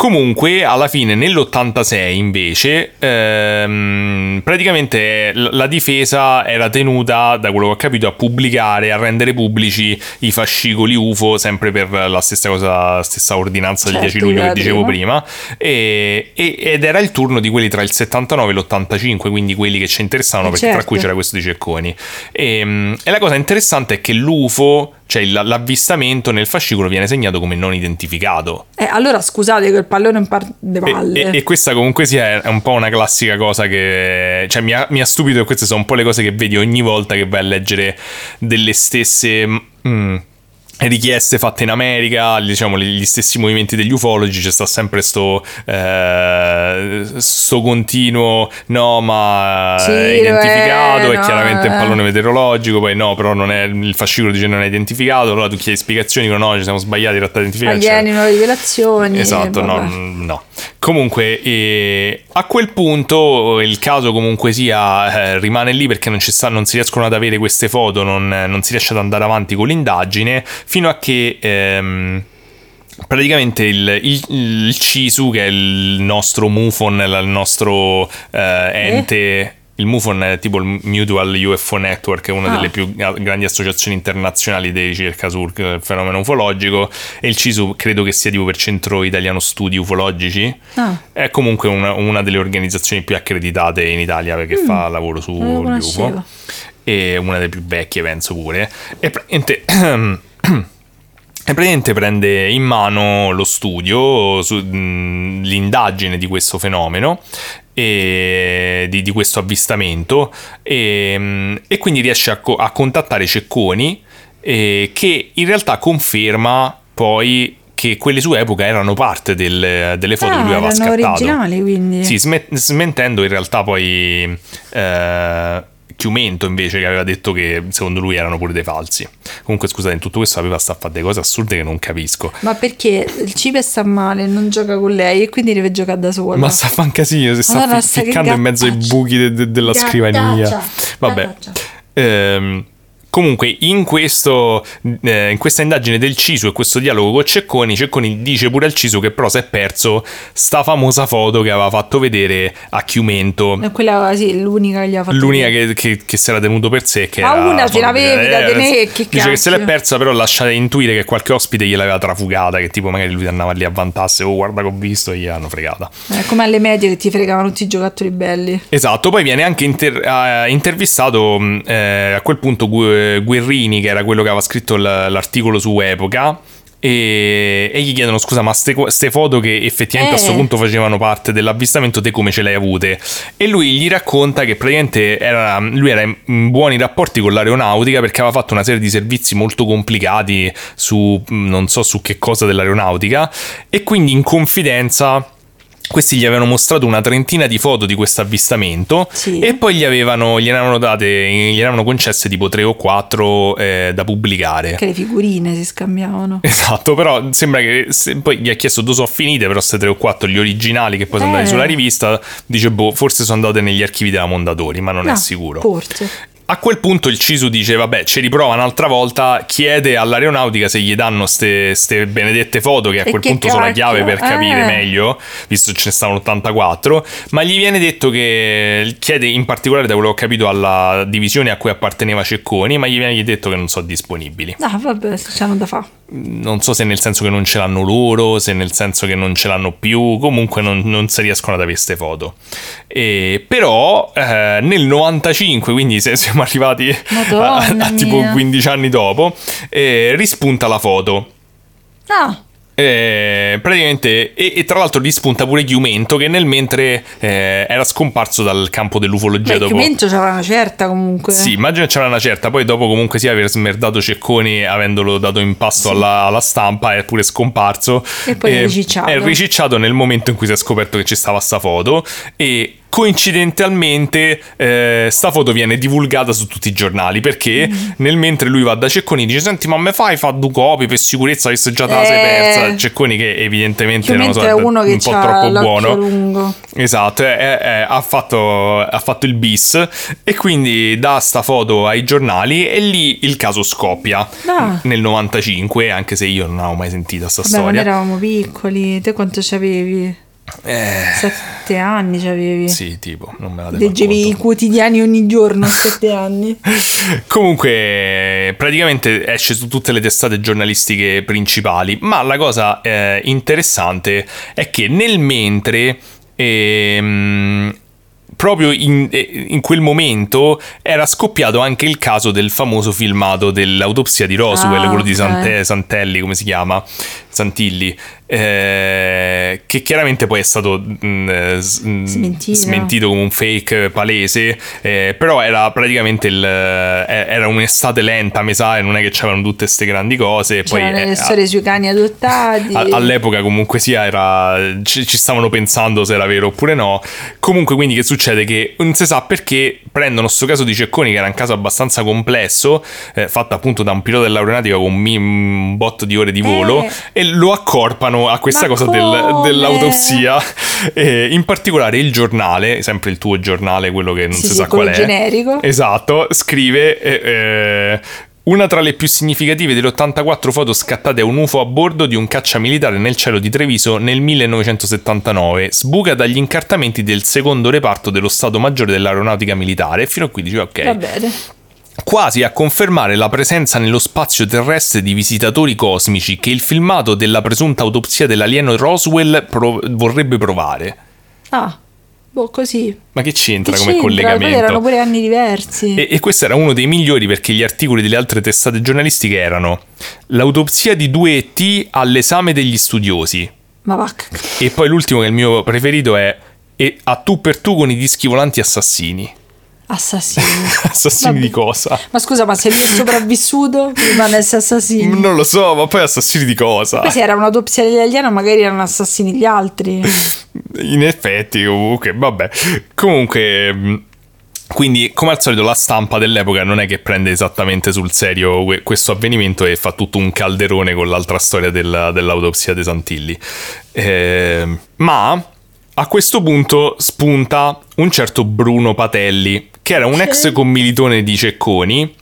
Comunque, alla fine, nell'ottantasei invece, ehm, praticamente la difesa era tenuta, da quello che ho capito, a pubblicare, a rendere pubblici i fascicoli U F O, sempre per la stessa cosa, la stessa ordinanza del Certo, dieci luglio che prima. dicevo prima, e, e- ed era il turno di quelli tra il settantanove e l'ottantacinque, quindi quelli che ci interessavano, Eh, perché certo. tra cui c'era questo di Cecconi. E, e la cosa interessante è che l'U F O, cioè il- l'avvistamento nel fascicolo, viene segnato come non identificato. Eh, allora scusate che il pallone in par de E, palle. e- e questa comunque sia è un po' una classica cosa che, cioè, mi ha, mi ha stupito, e queste sono un po' le cose che vedi ogni volta che vai a leggere delle stesse mm, richieste fatte in America, diciamo gli stessi movimenti degli ufologi. C'è sta sempre sto eh, sto continuo no ma Sì, è identificato, eh, è no, chiaramente un eh. pallone meteorologico, poi no, però non è, il fascicolo dice non è identificato, allora tu chiedi spiegazioni, no, ci siamo sbagliati, in realtà è identificato, Alieni, nuove rivelazioni. esatto, no, vabbè. no. Comunque, eh, a quel punto il caso comunque sia eh, rimane lì, perché non, ci sta, non si riescono ad avere queste foto, non, non si riesce ad andare avanti con l'indagine, fino a che ehm, praticamente il, il, il CISU, che è il nostro MUFON, il nostro eh, ente... Eh? Il MUFON è tipo il Mutual U F O Network, è una ah. delle più grandi associazioni internazionali di ricerca sul fenomeno ufologico, e il CISU credo che sia tipo per Centro Italiano Studi Ufologici. Ah. È comunque una, una delle organizzazioni più accreditate in Italia, perché mm. fa lavoro sugli U F O, e una delle più vecchie penso pure, e praticamente... E praticamente prende in mano lo studio, su, mh, l'indagine di questo fenomeno, e di, di questo avvistamento, e, e quindi riesce a, co- a contattare Cecconi, e, che in realtà conferma poi che quelle su epoca erano parte del, delle foto ah, che lui aveva erano scattato. Originali, quindi. Sì, smet- smentendo in realtà poi... Eh, Chiumento invece, che aveva detto che secondo lui erano pure dei falsi. Comunque scusate, in tutto questo aveva sta a fare delle cose assurde che non capisco. Ma perché il Cipe sta male, non gioca con lei e quindi deve giocare da sola. Ma sta a fare un casino, si sta allora, fi- ficcando in mezzo ai buchi de- de- della gattaccia. scrivania. Vabbè. Ehm, comunque in questo eh, in questa indagine del CISU e questo dialogo con Cecconi, Cecconi dice pure al CISU che però si è perso sta famosa foto che aveva fatto vedere a Chiumento. E quella sì, l'unica che gli ha fatto l'unica che, che, che si era tenuto per sé, che ah, era, una ce l'avevi da tenere, che dice che se l'è persa, però lascia intuire che qualche ospite gliel'aveva trafugata, che tipo magari lui andava lì a vantarsi, oh guarda che ho visto, e gli hanno fregata. È come alle medie che ti fregavano tutti i giocattoli belli. Esatto. Poi viene anche inter- uh, intervistato eh, a quel punto Guerrini, che era quello che aveva scritto l- l'articolo su Epoca, e, e gli chiedono scusa, ma ste foto che effettivamente eh. a questo punto facevano parte dell'avvistamento, te come ce le hai avute? E lui gli racconta che praticamente era, lui era in buoni rapporti con l'aeronautica, perché aveva fatto una serie di servizi molto complicati su non so su che cosa dell'aeronautica, e quindi in confidenza questi gli avevano mostrato una trentina di foto di questo avvistamento, sì. E poi gli avevano, gli avevano date, gli avevano concesse tipo tre o quattro eh, da pubblicare. Che le figurine si scambiavano. Esatto, però sembra che se, poi gli ha chiesto dove sono finite, però queste tre o quattro, gli originali che poi sono eh. andati sulla rivista, dice boh, forse sono andate negli archivi della Mondadori, ma non no, è sicuro. Forse. A quel punto il CISU dice vabbè, ci riprova un'altra volta, chiede all'aeronautica se gli danno ste, ste benedette foto, che a quel che punto cacchio? sono la chiave per capire eh. meglio, visto che ce ne stavano ottantaquattro, ma gli viene detto che chiede in particolare, da quello che ho capito, alla divisione a cui apparteneva Cecconi, ma gli viene detto che non sono disponibili. Ah vabbè, c'hanno da fare. Non so se nel senso che non ce l'hanno loro, se nel senso che non ce l'hanno più, comunque non, non si riescono ad avere queste foto. E, però eh, nel novantacinque, quindi se siamo arrivati a, a tipo quindici anni dopo, eh, rispunta la foto. Ah. Eh, praticamente e, e tra l'altro gli spunta pure Chiumento, che nel mentre eh, era scomparso dal campo dell'ufologia. Beh, dopo Chiumento c'era una certa comunque. Sì, immagino c'era una certa. Poi dopo comunque sì, aver smerdato Cecconi avendolo dato in pasto sì. alla, alla stampa, è pure scomparso e poi e, è ricicciato è ricicciato nel momento in cui si è scoperto che ci stava sta foto. E coincidentalmente eh, sta foto viene divulgata su tutti i giornali perché mm. nel mentre lui va da Cecconi dice senti ma me fai fa due copie per sicurezza visto già te la sei persa. Cecconi che evidentemente non so, è uno che un po' troppo buono lungo. Esatto, è, è, ha, fatto, ha fatto il bis e quindi dà sta foto ai giornali e lì il caso scoppia ah. nel novantacinque, anche se io non avevo mai sentito sta Vabbè, storia. Ma noi eravamo piccoli, te quanto c'avevi? Eh, sette anni c'avevi? Sì, tipo, non me la devo leggevi i quotidiani ogni giorno a sette anni. Comunque praticamente esce su tutte le testate giornalistiche principali, ma la cosa eh, interessante è che nel mentre ehm, proprio in, in quel momento era scoppiato anche il caso del famoso filmato dell'autopsia di Roswell, ah, quello okay. di Sante, Santelli, come si chiama? Santilli, eh, che chiaramente poi è stato mh, smentito. smentito come un fake palese, eh, però era praticamente il, era un'estate lenta, mi sa, e non è che c'erano tutte queste grandi cose. C'erano poi le storie sui cani adottati. A, all'epoca comunque sia era, ci, ci stavano pensando se era vero oppure no. Comunque quindi che succede? Che non si sa perché prendono sto caso di Cecconi, che era un caso abbastanza complesso, eh, fatto appunto da un pilota dell'aeronautica con un, un botto di ore di volo, eh. e lo accorpano a questa Ma cosa del, dell'autopsia. E in particolare il giornale, sempre il tuo giornale, quello che non sì, si sì, sa qual è, generico. Esatto, scrive eh, eh, una tra le più significative delle ottantaquattro foto scattate a un U F O a bordo di un caccia militare nel cielo di Treviso nel millenovecentosettantanove, sbuca dagli incartamenti del secondo reparto dello Stato Maggiore dell'Aeronautica Militare. E fino a qui dice ok. Va bene. Quasi a confermare la presenza nello spazio terrestre di visitatori cosmici che il filmato della presunta autopsia dell'alieno Roswell prov- vorrebbe provare. Ah, boh, così. Ma che c'entra che come c'entra? collegamento? Poi erano pure anni diversi. E, e questo era uno dei migliori perché gli articoli delle altre testate giornalistiche erano l'autopsia di due E T all'esame degli studiosi. Ma va. E poi l'ultimo, che è il mio preferito, è e a tu per tu con i dischi volanti assassini. Assassini. Assassini Vabbè. Di cosa? Ma scusa, ma se lui è sopravvissuto rimane essere assassini? Non lo so, ma poi assassini di cosa? Poi se era un'autopsia dell'alieno magari erano assassini gli altri. In effetti, comunque, vabbè. Comunque, quindi come al solito la stampa dell'epoca non è che prende esattamente sul serio questo avvenimento e fa tutto un calderone con l'altra storia della, dell'autopsia dei Santilli. Eh, ma a questo punto spunta un certo Bruno Patelli, che era un ex commilitone di Cecconi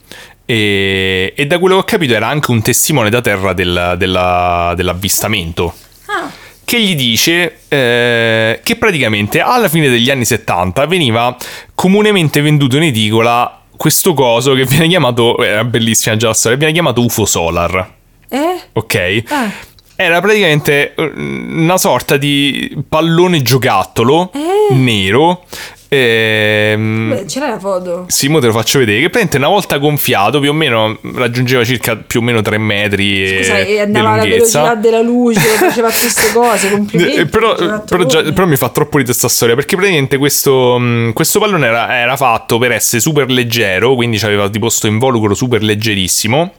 e, e da quello che ho capito era anche un testimone da terra del, della, dell'avvistamento. Ah. Che gli dice eh, che praticamente alla fine degli anni settanta veniva comunemente venduto in edicola questo coso che viene chiamato, era bellissima già la storia, viene chiamato U F O Solar. Eh? Ok? Ah. Era praticamente una sorta di pallone giocattolo eh. nero. Ehm, Beh, ce l'hai la foto? Sì, mo te lo faccio vedere. Che praticamente una volta gonfiato più o meno raggiungeva circa più o meno tre metri. Scusa, e di andava alla lunghezza. velocità della luce, faceva queste cose, complimenti. Eh, però, però, già, però mi fa troppo ridere questa storia, perché praticamente questo, questo pallone era, era fatto per essere super leggero, quindi aveva tipo sto involucro super leggerissimo.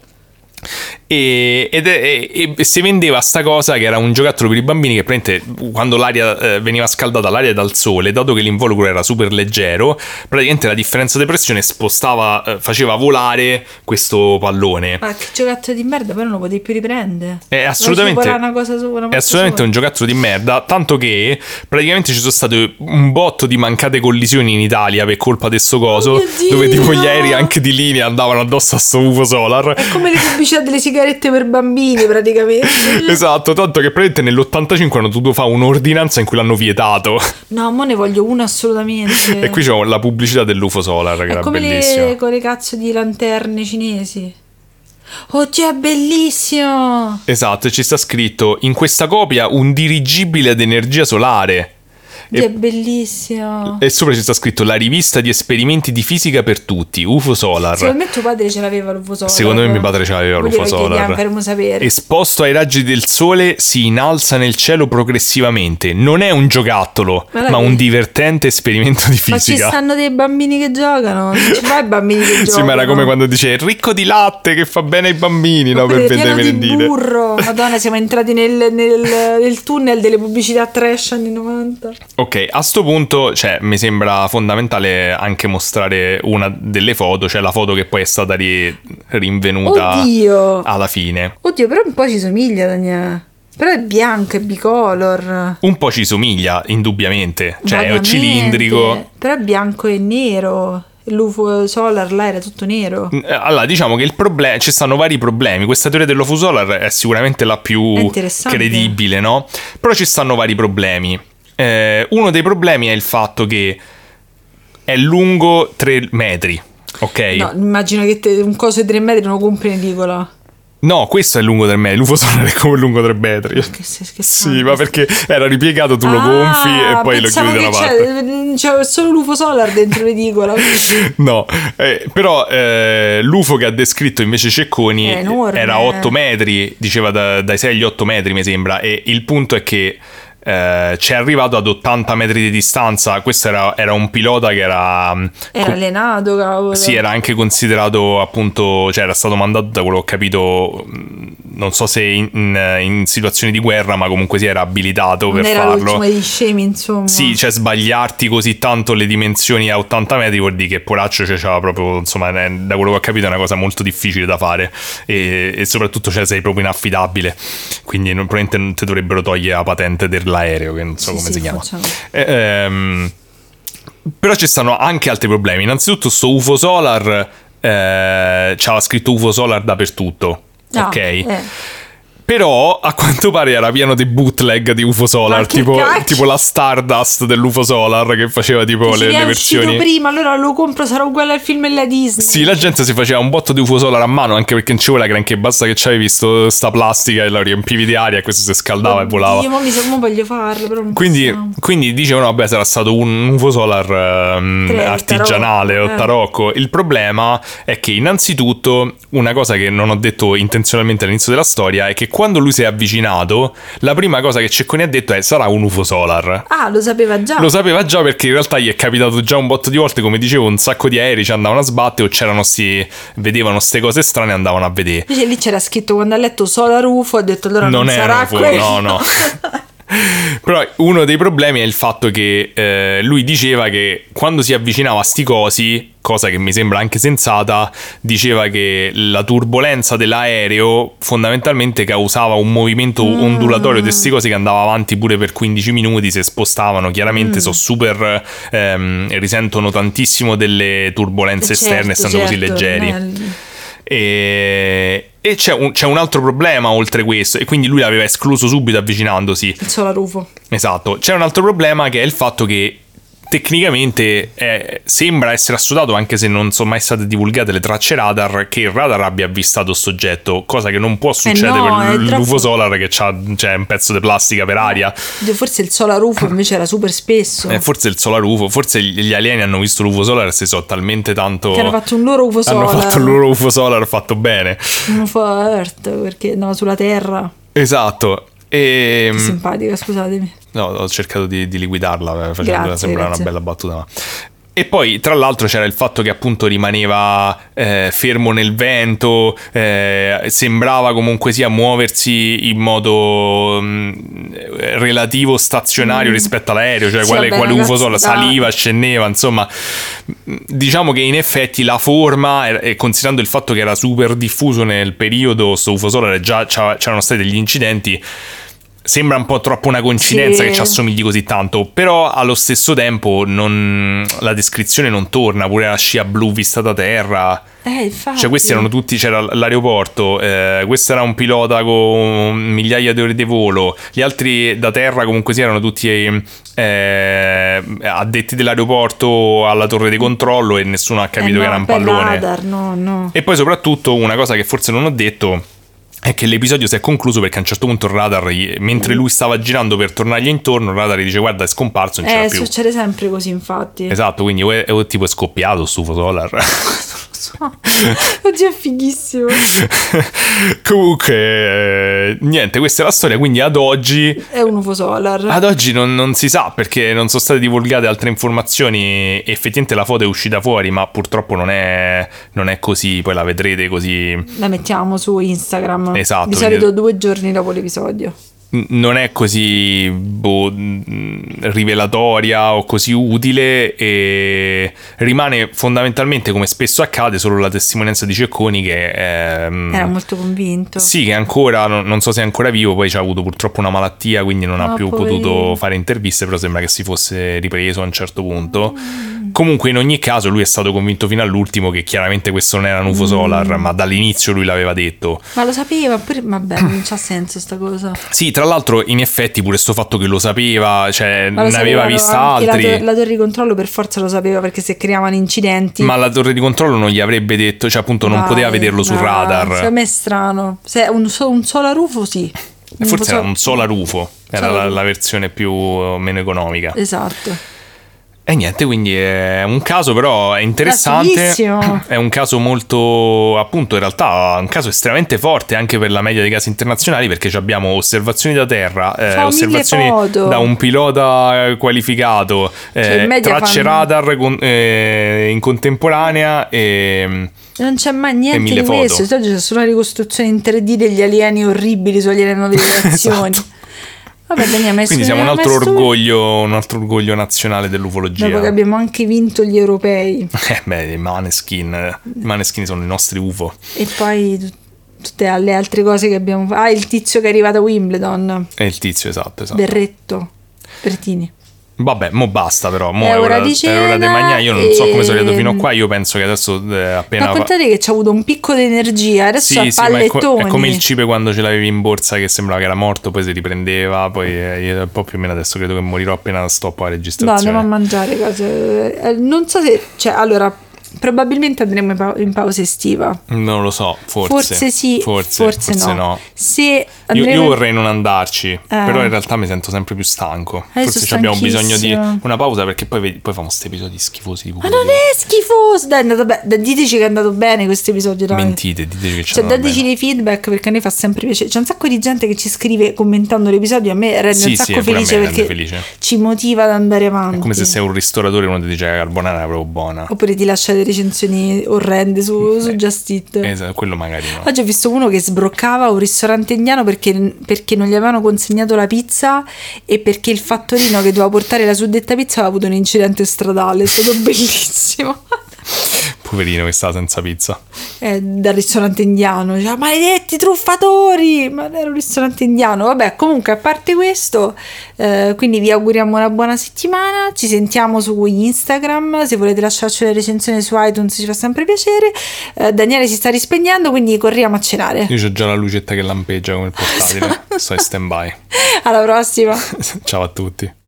E, ed è, e, e si vendeva sta cosa che era un giocattolo per i bambini che praticamente quando l'aria eh, veniva scaldata l'aria dal sole, dato che l'involucro era super leggero, praticamente la differenza di pressione spostava, eh, faceva volare questo pallone. Ma che giocattolo di merda, poi non lo potevi più riprendere. È assolutamente, una cosa su, una è assolutamente un giocattolo di merda, tanto che praticamente ci sono state un botto di mancate collisioni in Italia per colpa di sto coso, oh dove tipo gli aerei anche di linea andavano addosso a sto U F O Solar. È come le pubblicità delle sigarette per bambini praticamente. Esatto, tanto che praticamente nell'ottantacinque hanno dovuto fare un'ordinanza in cui l'hanno vietato. No, mo ne voglio una assolutamente. E qui c'è la pubblicità dell'U F O Solar che è era come bellissima. Le, con le cazzo di lanterne cinesi. Oddio, è bellissimo. Esatto, e ci sta scritto in questa copia un dirigibile ad energia solare. E, è bellissimo. E sopra ci sta scritto la rivista di esperimenti di fisica per tutti, U F O Solar. Secondo me tuo padre ce l'aveva l'U F O Solar. Secondo me mio padre ce l'aveva l'U F O Solar. Faremo sapere. Esposto ai raggi del sole si innalza nel cielo progressivamente. Non è un giocattolo, ma, ma un divertente esperimento di fisica. Ma ci stanno dei bambini che giocano. Non ci fai bambini che giocano. Sì, ma era come quando dice ricco di latte che fa bene ai bambini, no, per vendere merendine. Burro. Madonna, siamo entrati nel, nel, nel tunnel delle pubblicità trash anni novanta. Ok, a sto punto, cioè, mi sembra fondamentale anche mostrare una delle foto, cioè la foto che poi è stata ri- rinvenuta Oddio. alla fine. Oddio, però un po' ci somiglia, Daniele. Però è bianco, è bicolor. Un po' ci somiglia, indubbiamente, cioè è Vagamente. cilindrico. Però è bianco e nero. L'U F O Solar là era tutto nero. Allora, diciamo che il problema, ci stanno vari problemi. Questa teoria dell'U F O Solar è sicuramente la più credibile, no? Però ci stanno vari problemi. Eh, uno dei problemi è il fatto che è lungo tre metri, ok? No, immagino che te, un coso di tre metri non lo compri in edicola. No, questo è lungo tre metri, l'U F O Solar è come lungo tre metri. Che sei scherzando? Sì, ma perché era ripiegato, tu ah, lo gonfi e poi lo chiudi da una parte. C'è, c'è solo l'U F O Solar dentro l'edicola. No, eh, però eh, l'U F O che ha descritto invece Cecconi era otto metri, diceva da, dai sei agli otto metri mi sembra, e il punto è che Eh, c'è arrivato ad ottanta metri di distanza. Questo era, era un pilota che era era co- allenato, cavolo. Sì, era anche considerato appunto, cioè era stato mandato, da quello che ho capito, non so se in, in, in situazioni di guerra, ma comunque si era abilitato non per era farlo. L'ultimo degli scemi, insomma. Sì, cioè sbagliarti così tanto le dimensioni a ottanta metri vuol dire che poraccio, cioè, c'era proprio, insomma, da quello che ho capito è una cosa molto difficile da fare, e, e soprattutto cioè, sei proprio inaffidabile, quindi non, probabilmente non ti dovrebbero togliere la patente dell'aereo, che non so sì, come sì, si chiama. Eh, ehm, però ci stanno anche altri problemi. Innanzitutto sto U F O Solar, eh, c'era scritto U F O Solar dappertutto, no, ok? Eh. Però a quanto pare era pieno di bootleg di U F O Solar, tipo, tipo la Stardust dell'U F O Solar che faceva tipo le, le versioni prima, allora lo compro, sarà uguale al film della Disney. Sì, la gente si faceva un botto di U F O Solar a mano, anche perché non ci vuole granché, basta che c'avevi visto sta plastica e la riempivi di aria e questo si scaldava Oddio, e volava. Io mo mi so, mo voglio farlo, però non quindi, quindi dicevano vabbè sarà stato un U F O Solar um, Tre, artigianale tarocco, o tarocco. Eh. Il problema è che innanzitutto una cosa che non ho detto intenzionalmente all'inizio della storia è che quando lui si è avvicinato, la prima cosa che Cecconi ha detto è sarà un U F O Solar. Ah, lo sapeva già. Lo sapeva già perché in realtà gli è capitato già un botto di volte, come dicevo, un sacco di aerei ci andavano a sbattere o c'erano sti, vedevano ste cose strane e andavano a vedere. Invece lì c'era scritto, quando ha letto Solar U F O ha detto allora non, non sarà U F O, no, no. Però uno dei problemi è il fatto che eh, lui diceva che quando si avvicinava a sti cosi, cosa che mi sembra anche sensata, diceva che la turbolenza dell'aereo fondamentalmente causava un movimento mm. ondulatorio di sti cosi che andava avanti pure per quindici minuti, si spostavano, chiaramente mm. sono super ehm, risentono tantissimo delle turbolenze certo, esterne essendo certo, così leggeri. Nel... E... E c'è un, c'è un altro problema oltre questo, e quindi lui l'aveva escluso subito avvicinandosi. Il Solar U F O. Esatto. C'è un altro problema che è il fatto che tecnicamente eh, sembra essere assodato, anche se non sono mai state divulgate le tracce radar, che il radar abbia avvistato sto oggetto, cosa che non può succedere eh no, per l'U F O troppo... Solar che c'ha cioè, un pezzo di plastica per aria. Forse il Solar U F O invece era super spesso. Eh, forse il Solar U F O, forse gli alieni hanno visto l'U F O Solar e si sono talmente tanto... Che hanno fatto un loro U F O Solar. Hanno fatto il loro U F O Solar fatto bene. Un U F O Earth, perché no, sulla Terra. Esatto. E... Che simpatica, scusatemi. No, ho cercato di, di liquidarla facendola sembrare una bella battuta. Ma... E poi, tra l'altro, c'era il fatto che appunto rimaneva eh, fermo nel vento, eh, sembrava comunque sia muoversi in modo mh, relativo stazionario mm. rispetto all'aereo, cioè sì, quale, quale U F O Solar saliva, scendeva, insomma, diciamo che in effetti la forma, e considerando il fatto che era super diffuso nel periodo, sto U F O Solar già c'erano stati degli incidenti, sembra un po' troppo una coincidenza sì. che ci assomigli così tanto, però allo stesso tempo non, la descrizione non torna, pure la scia blu vista da terra. Eh, infatti. Cioè questi erano tutti, c'era l'aeroporto, eh, questo era un pilota con migliaia di ore di volo, gli altri da terra comunque sì erano tutti eh, addetti dell'aeroporto alla torre di controllo e nessuno ha capito eh no, che era un pallone. Radar, no, no. E poi soprattutto una cosa che forse non ho detto è che l'episodio si è concluso perché a un certo punto il radar, mentre lui stava girando per tornargli intorno, il radar gli dice guarda è scomparso, non eh, c'era più. Succede sempre così, infatti. Esatto, quindi o è, è tipo è scoppiato sto U F O Solar. Oddio, è fighissimo. Comunque eh, niente, questa è la storia, quindi ad oggi è un U F O Solar. Ad oggi non, non si sa, perché non sono state divulgate altre informazioni. Effettivamente la foto è uscita fuori, ma purtroppo non è, non è così. Poi la vedrete così. La mettiamo su Instagram. Esatto. Di solito due giorni dopo l'episodio. non è così boh, rivelatoria o così utile, e rimane fondamentalmente, come spesso accade, solo la testimonianza di Cecconi, che ehm, era molto convinto. Sì, che ancora non, non so se è ancora vivo, poi c'ha avuto purtroppo una malattia, quindi non ha Oh, più poverino. potuto fare interviste, però sembra che si fosse ripreso a un certo punto. Comunque in ogni caso lui è stato convinto fino all'ultimo che chiaramente questo non era un U F O solar, Mm. ma dall'inizio lui l'aveva detto. Ma lo sapeva pure, vabbè, non c'ha senso sta cosa. Sì, tra l'altro in effetti pure sto fatto che lo sapeva, cioè Ma lo ne aveva sapevano vista anche altri. La, tor- la torre di controllo per forza lo sapeva, perché se creavano incidenti. Ma la torre di controllo non gli avrebbe detto, cioè appunto non Dai, poteva vederlo sul no, radar. secondo me è strano. Se è un, so- un solar U F O, sì. Un Forse so- era un solar U F O, era Solar la, U F O. la versione più o meno economica. Esatto. E niente, quindi è un caso però è interessante, fighissimo. è un caso molto, appunto in realtà un caso estremamente forte anche per la media dei casi internazionali, perché ci abbiamo osservazioni da terra, eh, Fa osservazioni mille foto. da un pilota qualificato, eh, Cioè, in media tracce fanno- radar con- eh, in contemporanea e... Non c'è mai niente mille di foto. questo. Oggi c'è solo una ricostruzione in tre D degli alieni orribili su alieni nuove generazioni. Esatto. Vabbè, Daniele, ma è Quindi su- siamo un ma è altro su- orgoglio, un altro orgoglio nazionale dell'ufologia. Dopo che abbiamo anche vinto gli europei. Eh beh, i Maneskin, i Maneskin sono i nostri U F O. E poi tut- tutte le altre cose che abbiamo fatto. Ah, il tizio che è arrivato a Wimbledon. È il tizio, esatto, esatto. Berretto. Bertini. Vabbè, mo basta però, mo È è ora ora, di è ora di cena mangiare, io non so come sono arrivato e- fino a qua, io penso che adesso eh, appena... Ma contate che ci ha avuto un picco di energia, adesso Sì, ha sì, ma è, co- pallettoni. è come il cipe quando ce l'avevi in borsa che sembrava che era morto, poi si riprendeva, poi eh, io un po' più o meno adesso credo che morirò appena stoppo la No, registrazione. andiamo a mangiare cose. Eh, Non so se... Cioè, allora, probabilmente andremo in, pa- in pausa estiva. Non lo so, forse. Forse sì, forse, forse, forse no. no. Se Io, andremo... io vorrei non andarci, però in Eh. realtà mi sento sempre più stanco. Adesso Forse ci abbiamo bisogno di stanchissima. una pausa, perché poi, vedi- poi facciamo questi episodi schifosi di Ma non è schifoso! Dai, è andato bene. Dai, diteci che è andato bene questo episodio, dai. Mentite, diteci che c'è. Cioè, dateci dei feedback, perché a noi fa sempre piacere. C'è un sacco di gente che ci scrive commentando l'episodio, a me rende Sì, un sì, sacco pure a me felice, rende perché felice. ci motiva ad andare avanti. È come se sei un ristoratore e uno ti dice che la carbonara è proprio buona. Oppure ti lascia le recensioni orrende su, su Just Eat. Esatto, quello magari no. Oggi ho visto uno che sbroccava un ristorante indiano perché, perché non gli avevano consegnato la pizza e perché il fattorino che doveva portare la suddetta pizza aveva avuto un incidente stradale. È stato bellissimo. Poverino che stava senza pizza. Eh, dal ristorante indiano, diceva maledetti truffatori, ma era un ristorante indiano. Vabbè, comunque a parte questo, eh, quindi vi auguriamo una buona settimana, ci sentiamo su Instagram, se volete lasciarci le recensioni su iTunes ci fa sempre piacere. eh, Daniele si sta rispegnendo, quindi corriamo a cenare. Io c'ho già la lucetta che lampeggia come il portatile. Sto in stand by. Alla prossima. Ciao a tutti.